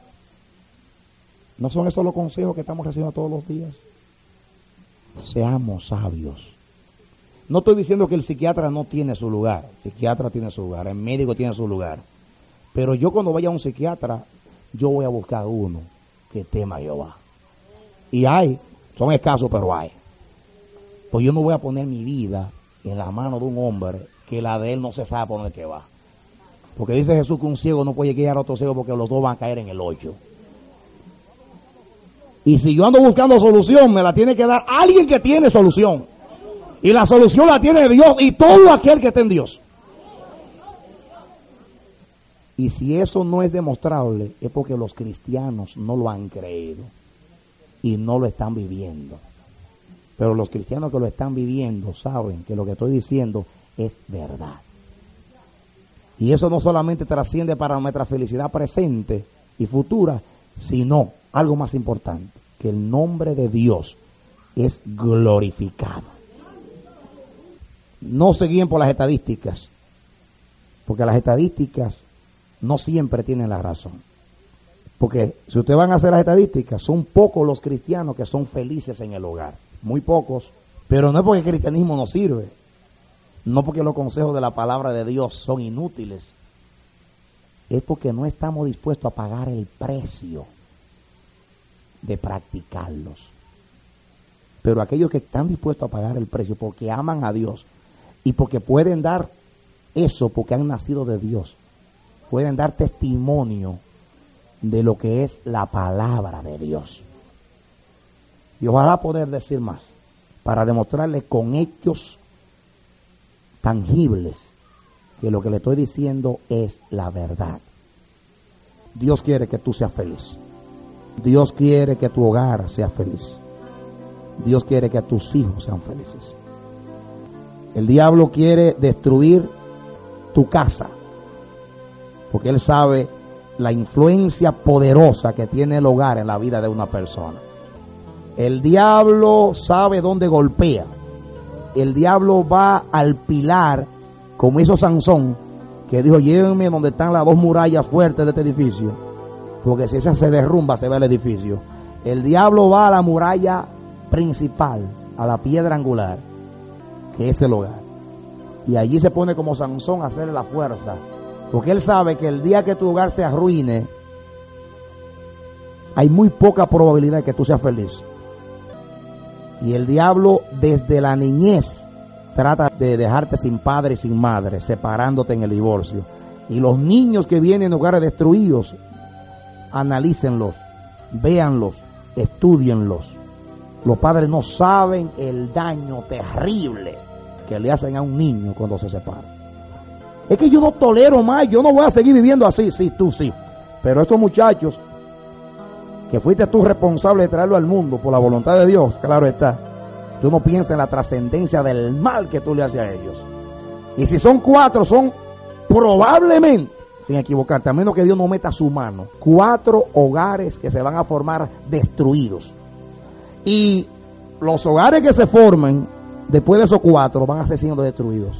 ¿No son esos los consejos que estamos recibiendo todos los días? Seamos sabios. No estoy diciendo que el psiquiatra no tiene su lugar. El psiquiatra tiene su lugar, el médico tiene su lugar. Pero yo cuando vaya a un psiquiatra, yo voy a buscar uno que tema a Jehová. Y hay, son escasos, pero hay. Pues yo no voy a poner mi vida en la mano de un hombre que la de él no se sabe por dónde que va. Porque dice Jesús que un ciego no puede guiar a otro ciego porque los dos van a caer en el hoyo. Y si yo ando buscando solución, me la tiene que dar alguien que tiene solución. Y la solución la tiene Dios y todo aquel que esté en Dios. Y si eso no es demostrable, es porque los cristianos no lo han creído y no lo están viviendo. Pero los cristianos que lo están viviendo saben que lo que estoy diciendo es verdad. Y eso no solamente trasciende para nuestra felicidad presente y futura, sino algo más importante, que el nombre de Dios es glorificado. No se guíen por las estadísticas, porque las estadísticas no siempre tienen la razón. Porque si ustedes van a hacer las estadísticas, son pocos los cristianos que son felices en el hogar, muy pocos, pero no es porque el cristianismo no sirve, no porque los consejos de la palabra de Dios son inútiles, es porque no estamos dispuestos a pagar el precio de practicarlos. Pero aquellos que están dispuestos a pagar el precio porque aman a Dios y porque pueden dar eso porque han nacido de Dios, pueden dar testimonio de lo que es la palabra de Dios. Y ojalá poder decir más para demostrarles con hechos tangibles que lo que le estoy diciendo es la verdad. Dios quiere que tú seas feliz. Dios quiere que tu hogar sea feliz. Dios quiere que tus hijos sean felices. El diablo quiere destruir tu casa, porque él sabe la influencia poderosa que tiene el hogar en la vida de una persona. El diablo sabe dónde golpea. El diablo va al pilar, como hizo Sansón, que dijo: llévenme donde están las dos murallas fuertes de este edificio, porque si esa se derrumba se ve el edificio. El diablo va a la muralla principal, a la piedra angular, que es el hogar, y allí se pone como Sansón a hacerle la fuerza, porque él sabe que el día que tu hogar se arruine, hay muy poca probabilidad de que tú seas feliz. Y el diablo desde la niñez trata de dejarte sin padre y sin madre, separándote en el divorcio. Y los niños que vienen en hogares destruidos, analícenlos, véanlos, estudienlos. Los padres no saben el daño terrible que le hacen a un niño cuando se separan. Es que yo no tolero más, yo no voy a seguir viviendo así. Sí, tú sí. Pero estos muchachos, que fuiste tú responsable de traerlo al mundo por la voluntad de Dios, claro está, tú no piensas en la trascendencia del mal que tú le haces a ellos. Y si son cuatro, son probablemente, sin equivocarte, a menos que Dios no meta su mano, cuatro hogares que se van a formar destruidos. Y los hogares que se formen después de esos cuatro van a ser siendo destruidos.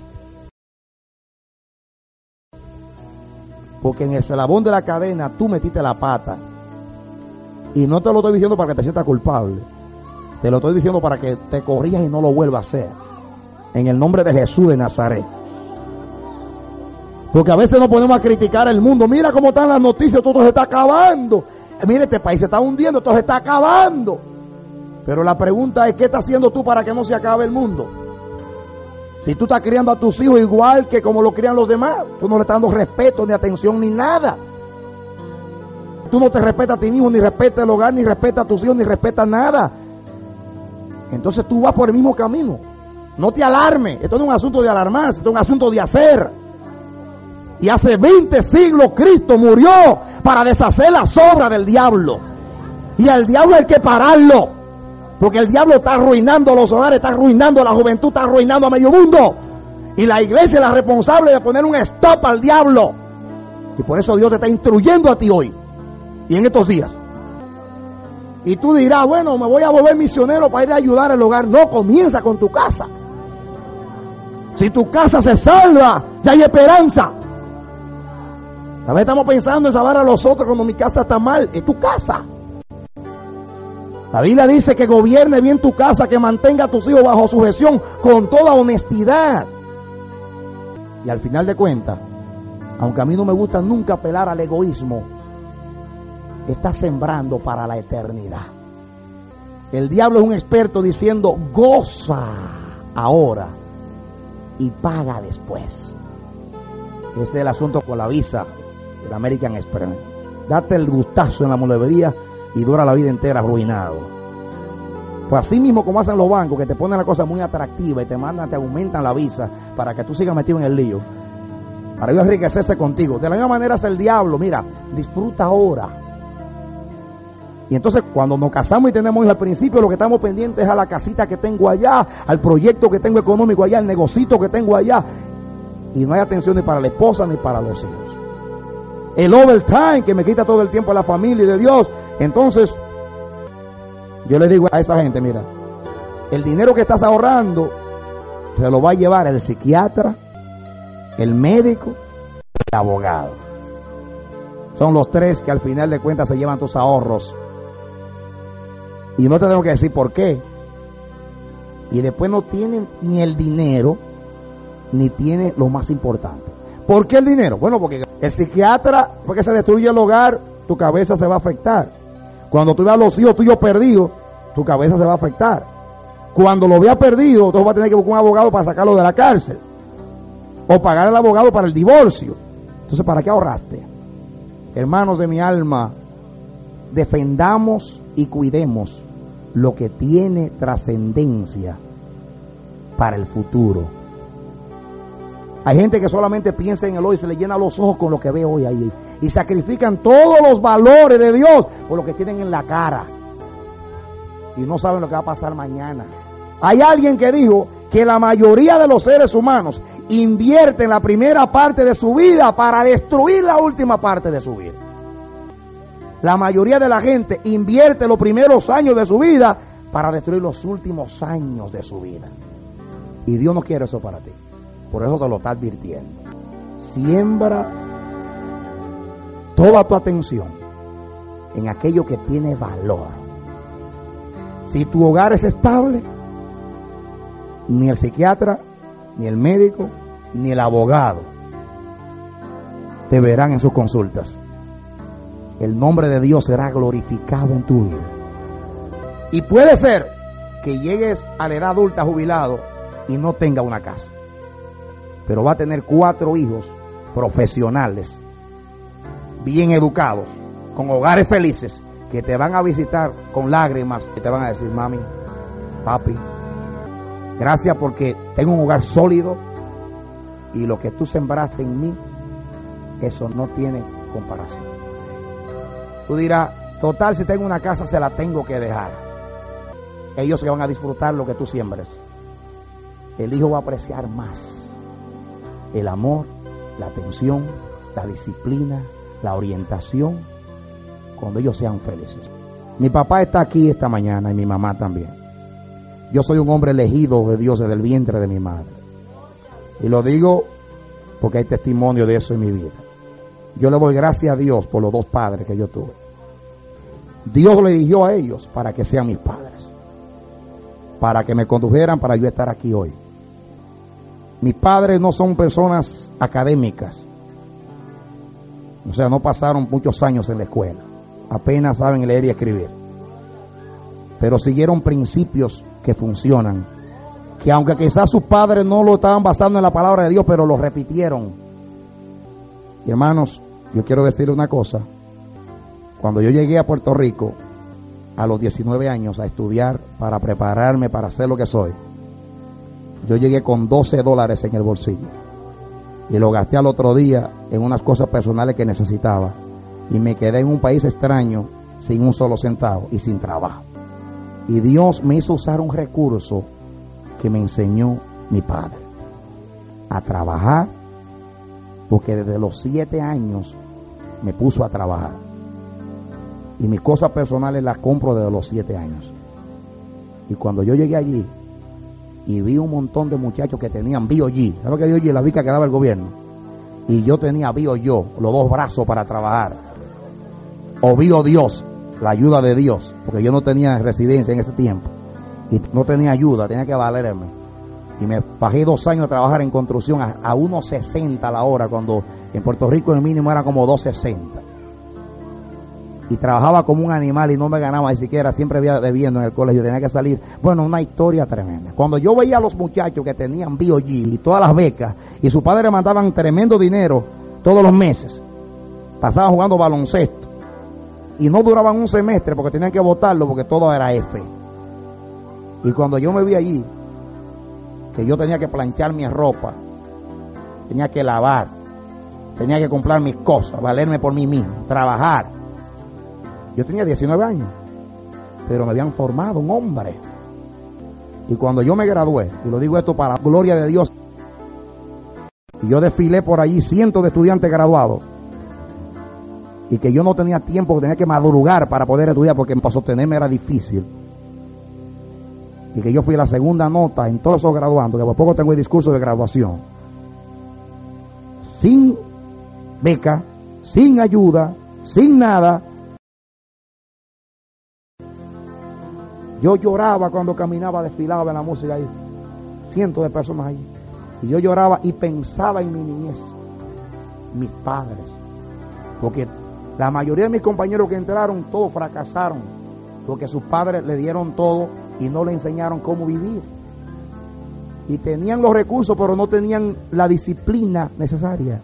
Porque en el eslabón de la cadena tú metiste la pata. Y no te lo estoy diciendo para que te sientas culpable. Te lo estoy diciendo para que te corrijas y no lo vuelvas a hacer. En el nombre de Jesús de Nazaret. Porque a veces nos ponemos a criticar al mundo. Mira cómo están las noticias, todo se está acabando. Mira, este país se está hundiendo, todo se está acabando. Pero la pregunta es, ¿qué estás haciendo tú para que no se acabe el mundo? Si tú estás criando a tus hijos igual que como lo crían los demás, tú no le estás dando respeto, ni atención, ni nada. Tú no te respetas a ti mismo, ni respetas el hogar, ni respetas a tus hijos, ni respetas nada. Entonces tú vas por el mismo camino. No te alarmes. Esto no es un asunto de alarmarse, esto es un asunto de hacer. Y hace veinte siglos Cristo murió para deshacer las obras del diablo. Y al diablo hay que pararlo. Porque el diablo está arruinando los hogares, está arruinando la juventud, está arruinando a medio mundo. Y la iglesia es la responsable de poner un stop al diablo. Y por eso Dios te está instruyendo a ti hoy. Y en estos días. Y tú dirás, bueno, me voy a volver misionero para ir a ayudar al hogar. No, comienza con tu casa. Si tu casa se salva, ya hay esperanza. A veces estamos pensando en salvar a los otros cuando mi casa está mal. Es tu casa. La Biblia dice que gobierne bien tu casa, que mantenga a tus hijos bajo sujeción con toda honestidad. Y al final de cuentas, aunque a mí no me gusta nunca apelar al egoísmo, está sembrando para la eternidad. El diablo es un experto diciendo, goza ahora y paga después. Ese es el asunto con la visa del American Express. Date el gustazo en la molevería y dura la vida entera arruinado. Pues así mismo como hacen los bancos, que te ponen la cosa muy atractiva y te mandan, te aumentan la visa para que tú sigas metido en el lío, para ellos enriquecerse contigo. De la misma manera es el diablo. Mira, disfruta ahora. Y entonces cuando nos casamos y tenemos hijos, al principio lo que estamos pendientes es a la casita que tengo allá, al proyecto que tengo económico allá, al negocito que tengo allá. Y no hay atención ni para la esposa ni para los hijos. El overtime que me quita todo el tiempo de la familia y de Dios. Entonces, yo le digo a esa gente, mira, el dinero que estás ahorrando se lo va a llevar el psiquiatra, el médico, el abogado. Son los tres que al final de cuentas se llevan tus ahorros. Y no te tengo que decir por qué. Y después no tienen ni el dinero, ni tiene lo más importante. ¿Por qué el dinero? Bueno, porque el psiquiatra, porque se destruye el hogar, tu cabeza se va a afectar. Cuando tú veas a los hijos tuyos perdidos, tu cabeza se va a afectar. Cuando lo veas perdido, tú vas a tener que buscar un abogado para sacarlo de la cárcel. O pagar al abogado para el divorcio. Entonces, ¿para qué ahorraste? Hermanos de mi alma, defendamos y cuidemos lo que tiene trascendencia para el futuro. Hay gente que solamente piensa en el hoy, se le llena los ojos con lo que ve hoy ahí. Y sacrifican todos los valores de Dios por lo que tienen en la cara. Y no saben lo que va a pasar mañana. Hay alguien que dijo que la mayoría de los seres humanos invierten la primera parte de su vida para destruir la última parte de su vida. La mayoría de la gente invierte los primeros años de su vida para destruir los últimos años de su vida. Y Dios no quiere eso para ti. Por eso te lo está advirtiendo. Siembra toda tu atención en aquello que tiene valor. Si tu hogar es estable, ni el psiquiatra, ni el médico, ni el abogado te verán en sus consultas. El nombre de Dios será glorificado en tu vida. Y puede ser que llegues a la edad adulta jubilado y no tenga una casa, pero va a tener cuatro hijos profesionales, bien educados, con hogares felices, que te van a visitar con lágrimas y te van a decir: mami, papi, gracias porque tengo un hogar sólido y lo que tú sembraste en mí, eso no tiene comparación. Tú dirás: total, si tengo una casa se la tengo que dejar. Ellos se van a disfrutar lo que tú siembres. El hijo va a apreciar más el amor, la atención, la disciplina, la orientación, cuando ellos sean felices. Mi papá está aquí esta mañana y mi mamá también. Yo soy un hombre elegido de Dios desde el vientre de mi madre. Y lo digo porque hay testimonio de eso en mi vida. Yo le doy gracias a Dios por los dos padres que yo tuve. Dios lo eligió a ellos para que sean mis padres, para que me condujeran para yo estar aquí hoy. Mis padres no son personas académicas, o sea, no pasaron muchos años en la escuela, apenas saben leer y escribir, pero siguieron principios que funcionan, que aunque quizás sus padres no lo estaban basando en la palabra de Dios, pero lo repitieron. Y hermanos, yo quiero decirle una cosa: cuando yo llegué a Puerto Rico a los diecinueve años a estudiar para prepararme para ser lo que soy, yo llegué con doce dólares en el bolsillo y lo gasté al otro día en unas cosas personales que necesitaba, y me quedé en un país extraño sin un solo centavo y sin trabajo. Y Dios me hizo usar un recurso que me enseñó mi padre: a trabajar, porque desde los siete años me puso a trabajar. Y mis cosas personales las compro desde los siete años. Y cuando yo llegué allí y vi un montón de muchachos que tenían B O G, ¿sabes lo que B O G? La beca que daba el gobierno. Y yo tenía B O yo, los dos brazos para trabajar. O B O Dios, la ayuda de Dios, porque yo no tenía residencia en ese tiempo y no tenía ayuda, tenía que valerme. Y me bajé dos años a trabajar en construcción a, a uno sesenta la hora, cuando en Puerto Rico el mínimo era como dos sesenta. Y trabajaba como un animal y no me ganaba ni siquiera, siempre había debiendo en el colegio, tenía que salir. Bueno, una historia tremenda. Cuando yo veía a los muchachos que tenían B O G y todas las becas, y sus padres mandaban tremendo dinero todos los meses, pasaban jugando baloncesto, y no duraban un semestre porque tenían que votarlo porque todo era F. Y cuando yo me vi allí, que yo tenía que planchar mi ropa, tenía que lavar, tenía que comprar mis cosas, valerme por mí mismo, trabajar. Yo tenía diecinueve años, pero me habían formado un hombre. Y cuando yo me gradué, y lo digo esto para la gloria de Dios, y yo desfilé por allí cientos de estudiantes graduados, y que yo no tenía tiempo, que tenía que madrugar para poder estudiar porque para sostenerme era difícil, y que yo fui la segunda nota en todos esos graduandos, que por poco tengo el discurso de graduación, sin beca, sin ayuda, sin nada. Yo lloraba cuando caminaba, desfilaba en la música ahí, cientos de personas allí, y yo lloraba y pensaba en mi niñez, mis padres, porque la mayoría de mis compañeros que entraron, todos fracasaron, porque sus padres le dieron todo y no le enseñaron cómo vivir, y tenían los recursos pero no tenían la disciplina necesaria,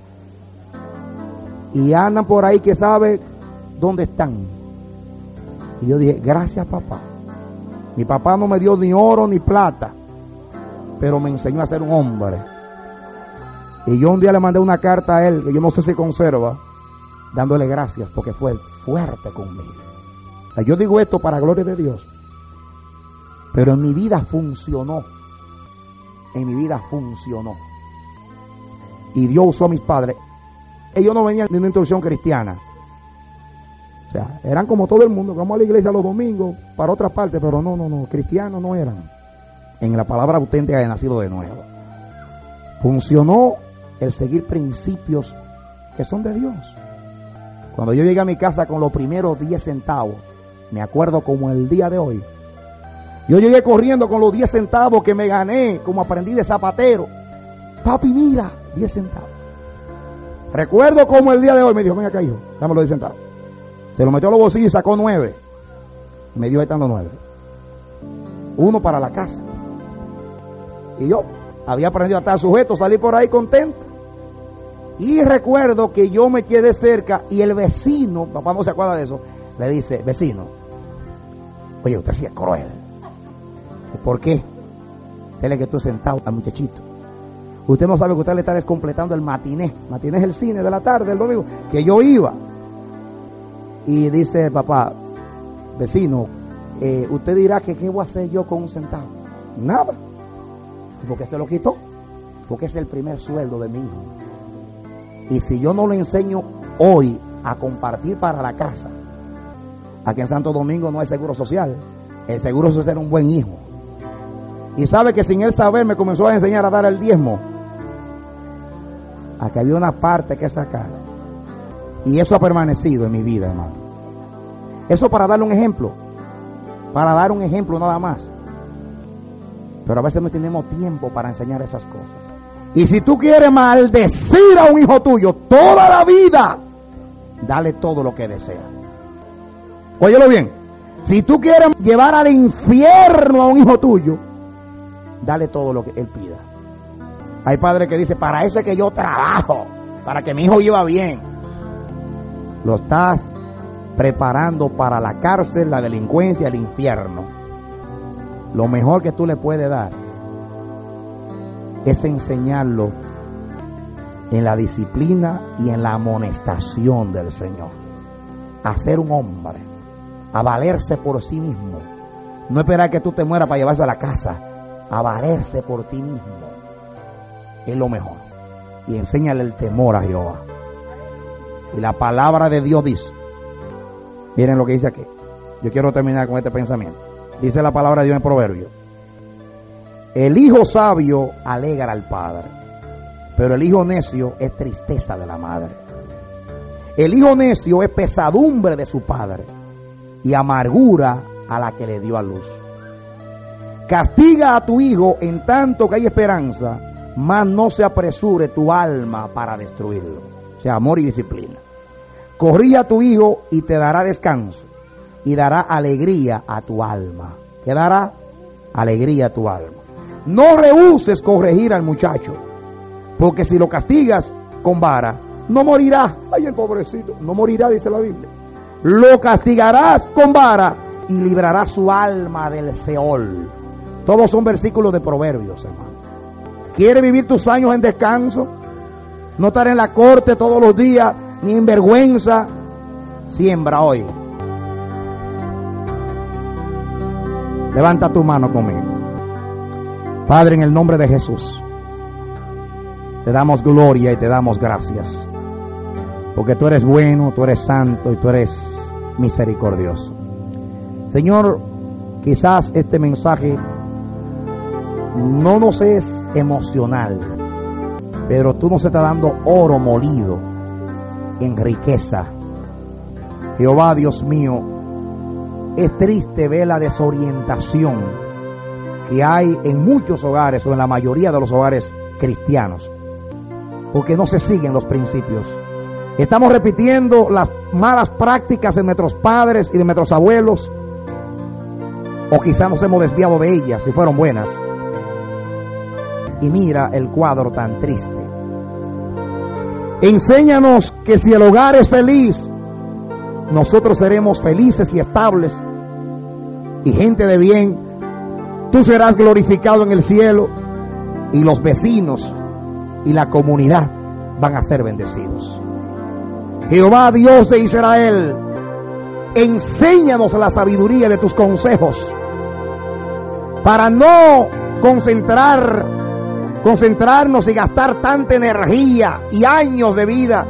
y andan por ahí que sabe dónde están. Y yo dije: gracias, papá. Mi papá no me dio ni oro ni plata, pero me enseñó a ser un hombre. Y yo un día le mandé una carta a él, que yo no sé si conserva, dándole gracias porque fue fuerte conmigo. O sea, yo digo esto para gloria de Dios, pero en mi vida funcionó. En mi vida funcionó. Y Dios usó a mis padres. Ellos no venían de una instrucción cristiana. O sea, eran como todo el mundo, vamos a la iglesia los domingos, para otras partes, pero no, no, no, cristianos no eran. En la palabra auténtica de nacido de nuevo. Funcionó el seguir principios que son de Dios. Cuando yo llegué a mi casa con los primeros diez centavos, me acuerdo como el día de hoy, yo llegué corriendo con los diez centavos que me gané como aprendí de zapatero. Papi, mira, diez centavos. Recuerdo como el día de hoy me dijo, ven acá, hijo, dame los diez centavos. Se lo metió a los bolsillos y sacó nueve. Me dio ahí están los nueve. Uno para la casa. Y yo había aprendido a estar sujeto, salí por ahí contento. Y recuerdo que yo me quedé cerca y el vecino, papá no se acuerda de eso, le dice, vecino, oye, usted sí es cruel. ¿Por qué? Dile que tú sentado al muchachito. Usted no sabe que usted le está descompletando el matiné. Matiné es el cine de la tarde, el domingo, que yo iba. Y dice, papá, vecino, eh, usted dirá que qué voy a hacer yo con un centavo. Nada. Porque este lo quitó. Porque es el primer sueldo de mi hijo. Y si yo no le enseño hoy a compartir para la casa, aquí en Santo Domingo no hay seguro social. El seguro social era un buen hijo. Y sabe que sin él saber me comenzó a enseñar a dar el diezmo. Aquí había una parte que sacar. Y eso ha permanecido en mi vida, hermano. Eso para darle un ejemplo. Para dar un ejemplo nada más. Pero a veces no tenemos tiempo para enseñar esas cosas. Y si tú quieres maldecir a un hijo tuyo toda la vida, dale todo lo que desea. Óyelo bien. Si tú quieres llevar al infierno a un hijo tuyo, dale todo lo que él pida. Hay padres que dicen, para eso es que yo trabajo, para que mi hijo viva bien. Lo estás preparando para la cárcel, la delincuencia, el infierno. Lo mejor que tú le puedes dar es enseñarlo en la disciplina y en la amonestación del Señor. A ser un hombre, a valerse por sí mismo. No esperar que tú te mueras para llevarse a la casa. A valerse por ti mismo. Es lo mejor. Y enséñale el temor a Jehová. Y la palabra de Dios dice, miren lo que dice aquí. Yo quiero terminar con este pensamiento. Dice la palabra de Dios en Proverbios: el hijo sabio alegra al padre, pero el hijo necio es tristeza de la madre. El hijo necio es pesadumbre de su padre y amargura a la que le dio a luz. Castiga a tu hijo en tanto que hay esperanza, mas no se apresure tu alma para destruirlo. O sea, amor y disciplina. Corrige a tu hijo y te dará descanso y dará alegría a tu alma. ¿Qué dará? Alegría a tu alma. No rehuses corregir al muchacho, porque si lo castigas con vara, no morirá. Ay, el pobrecito, no morirá, dice la Biblia. Lo castigarás con vara y librarás su alma del Seol. Todos son versículos de Proverbios, hermano. ¿Quieres vivir tus años en descanso? No estar en la corte todos los días, ni en vergüenza. Siembra hoy. Levanta tu mano conmigo. Padre, en el nombre de Jesús, te damos gloria y te damos gracias, porque tú eres bueno, tú eres santo y tú eres misericordioso. Señor, quizás este mensaje no nos es emocional, pero tú nos estás dando oro molido en riqueza. Jehová, Dios mío, es triste ver la desorientación que hay en muchos hogares o en la mayoría de los hogares cristianos, porque no se siguen los principios. Estamos repitiendo las malas prácticas de nuestros padres y de nuestros abuelos, o quizás nos hemos desviado de ellas si fueron buenas. Y mira el cuadro tan triste. Enséñanos que si el hogar es feliz, nosotros seremos felices y estables y gente de bien. Tú serás glorificado en el cielo y los vecinos y la comunidad van a ser bendecidos. Jehová, Dios de Israel, enséñanos la sabiduría de tus consejos para no concentrar, concentrarnos y gastar tanta energía y años de vida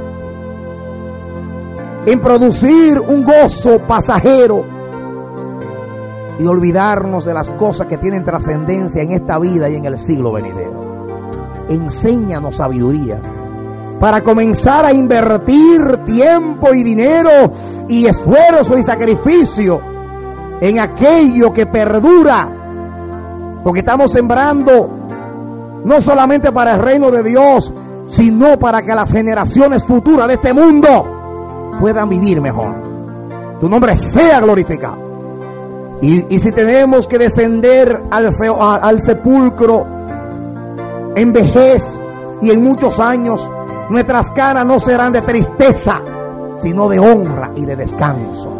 en producir un gozo pasajero y olvidarnos de las cosas que tienen trascendencia en esta vida y en el siglo venidero. Enséñanos sabiduría para comenzar a invertir tiempo y dinero y esfuerzo y sacrificio en aquello que perdura, porque estamos sembrando no solamente para el reino de Dios, sino para que las generaciones futuras de este mundo puedan vivir mejor. Tu nombre sea glorificado. Y, y si tenemos que descender al, al sepulcro en vejez y en muchos años, nuestras caras no serán de tristeza, sino de honra y de descanso.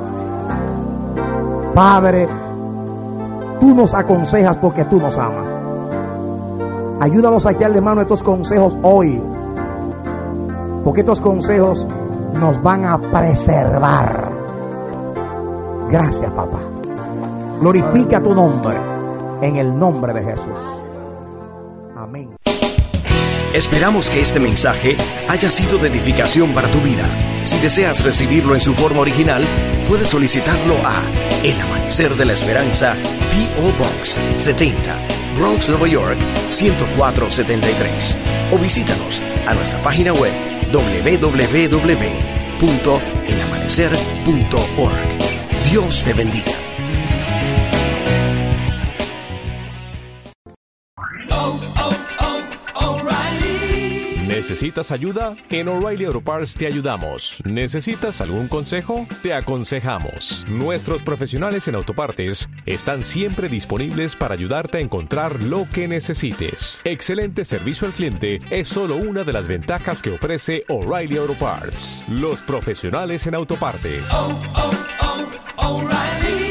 Padre, tú nos aconsejas porque tú nos amas. Ayúdanos a echarle mano a estos consejos hoy, porque estos consejos nos van a preservar. Gracias, papá. Glorifica tu nombre en el nombre de Jesús. Amén. Esperamos que este mensaje haya sido de edificación para tu vida. Si deseas recibirlo en su forma original, puedes solicitarlo a El Amanecer de la Esperanza, P O Box setenta, Bronx, Nueva York ciento cuatro setenta y tres. O visítanos a nuestra página web doble u doble u doble u punto el amanecer punto org. Dios te bendiga. ¿Necesitas ayuda? En O'Reilly Auto Parts te ayudamos. ¿Necesitas algún consejo? Te aconsejamos. Nuestros profesionales en autopartes están siempre disponibles para ayudarte a encontrar lo que necesites. Excelente servicio al cliente es solo una de las ventajas que ofrece O'Reilly Auto Parts. Los profesionales en autopartes. Oh, oh, oh, O'Reilly.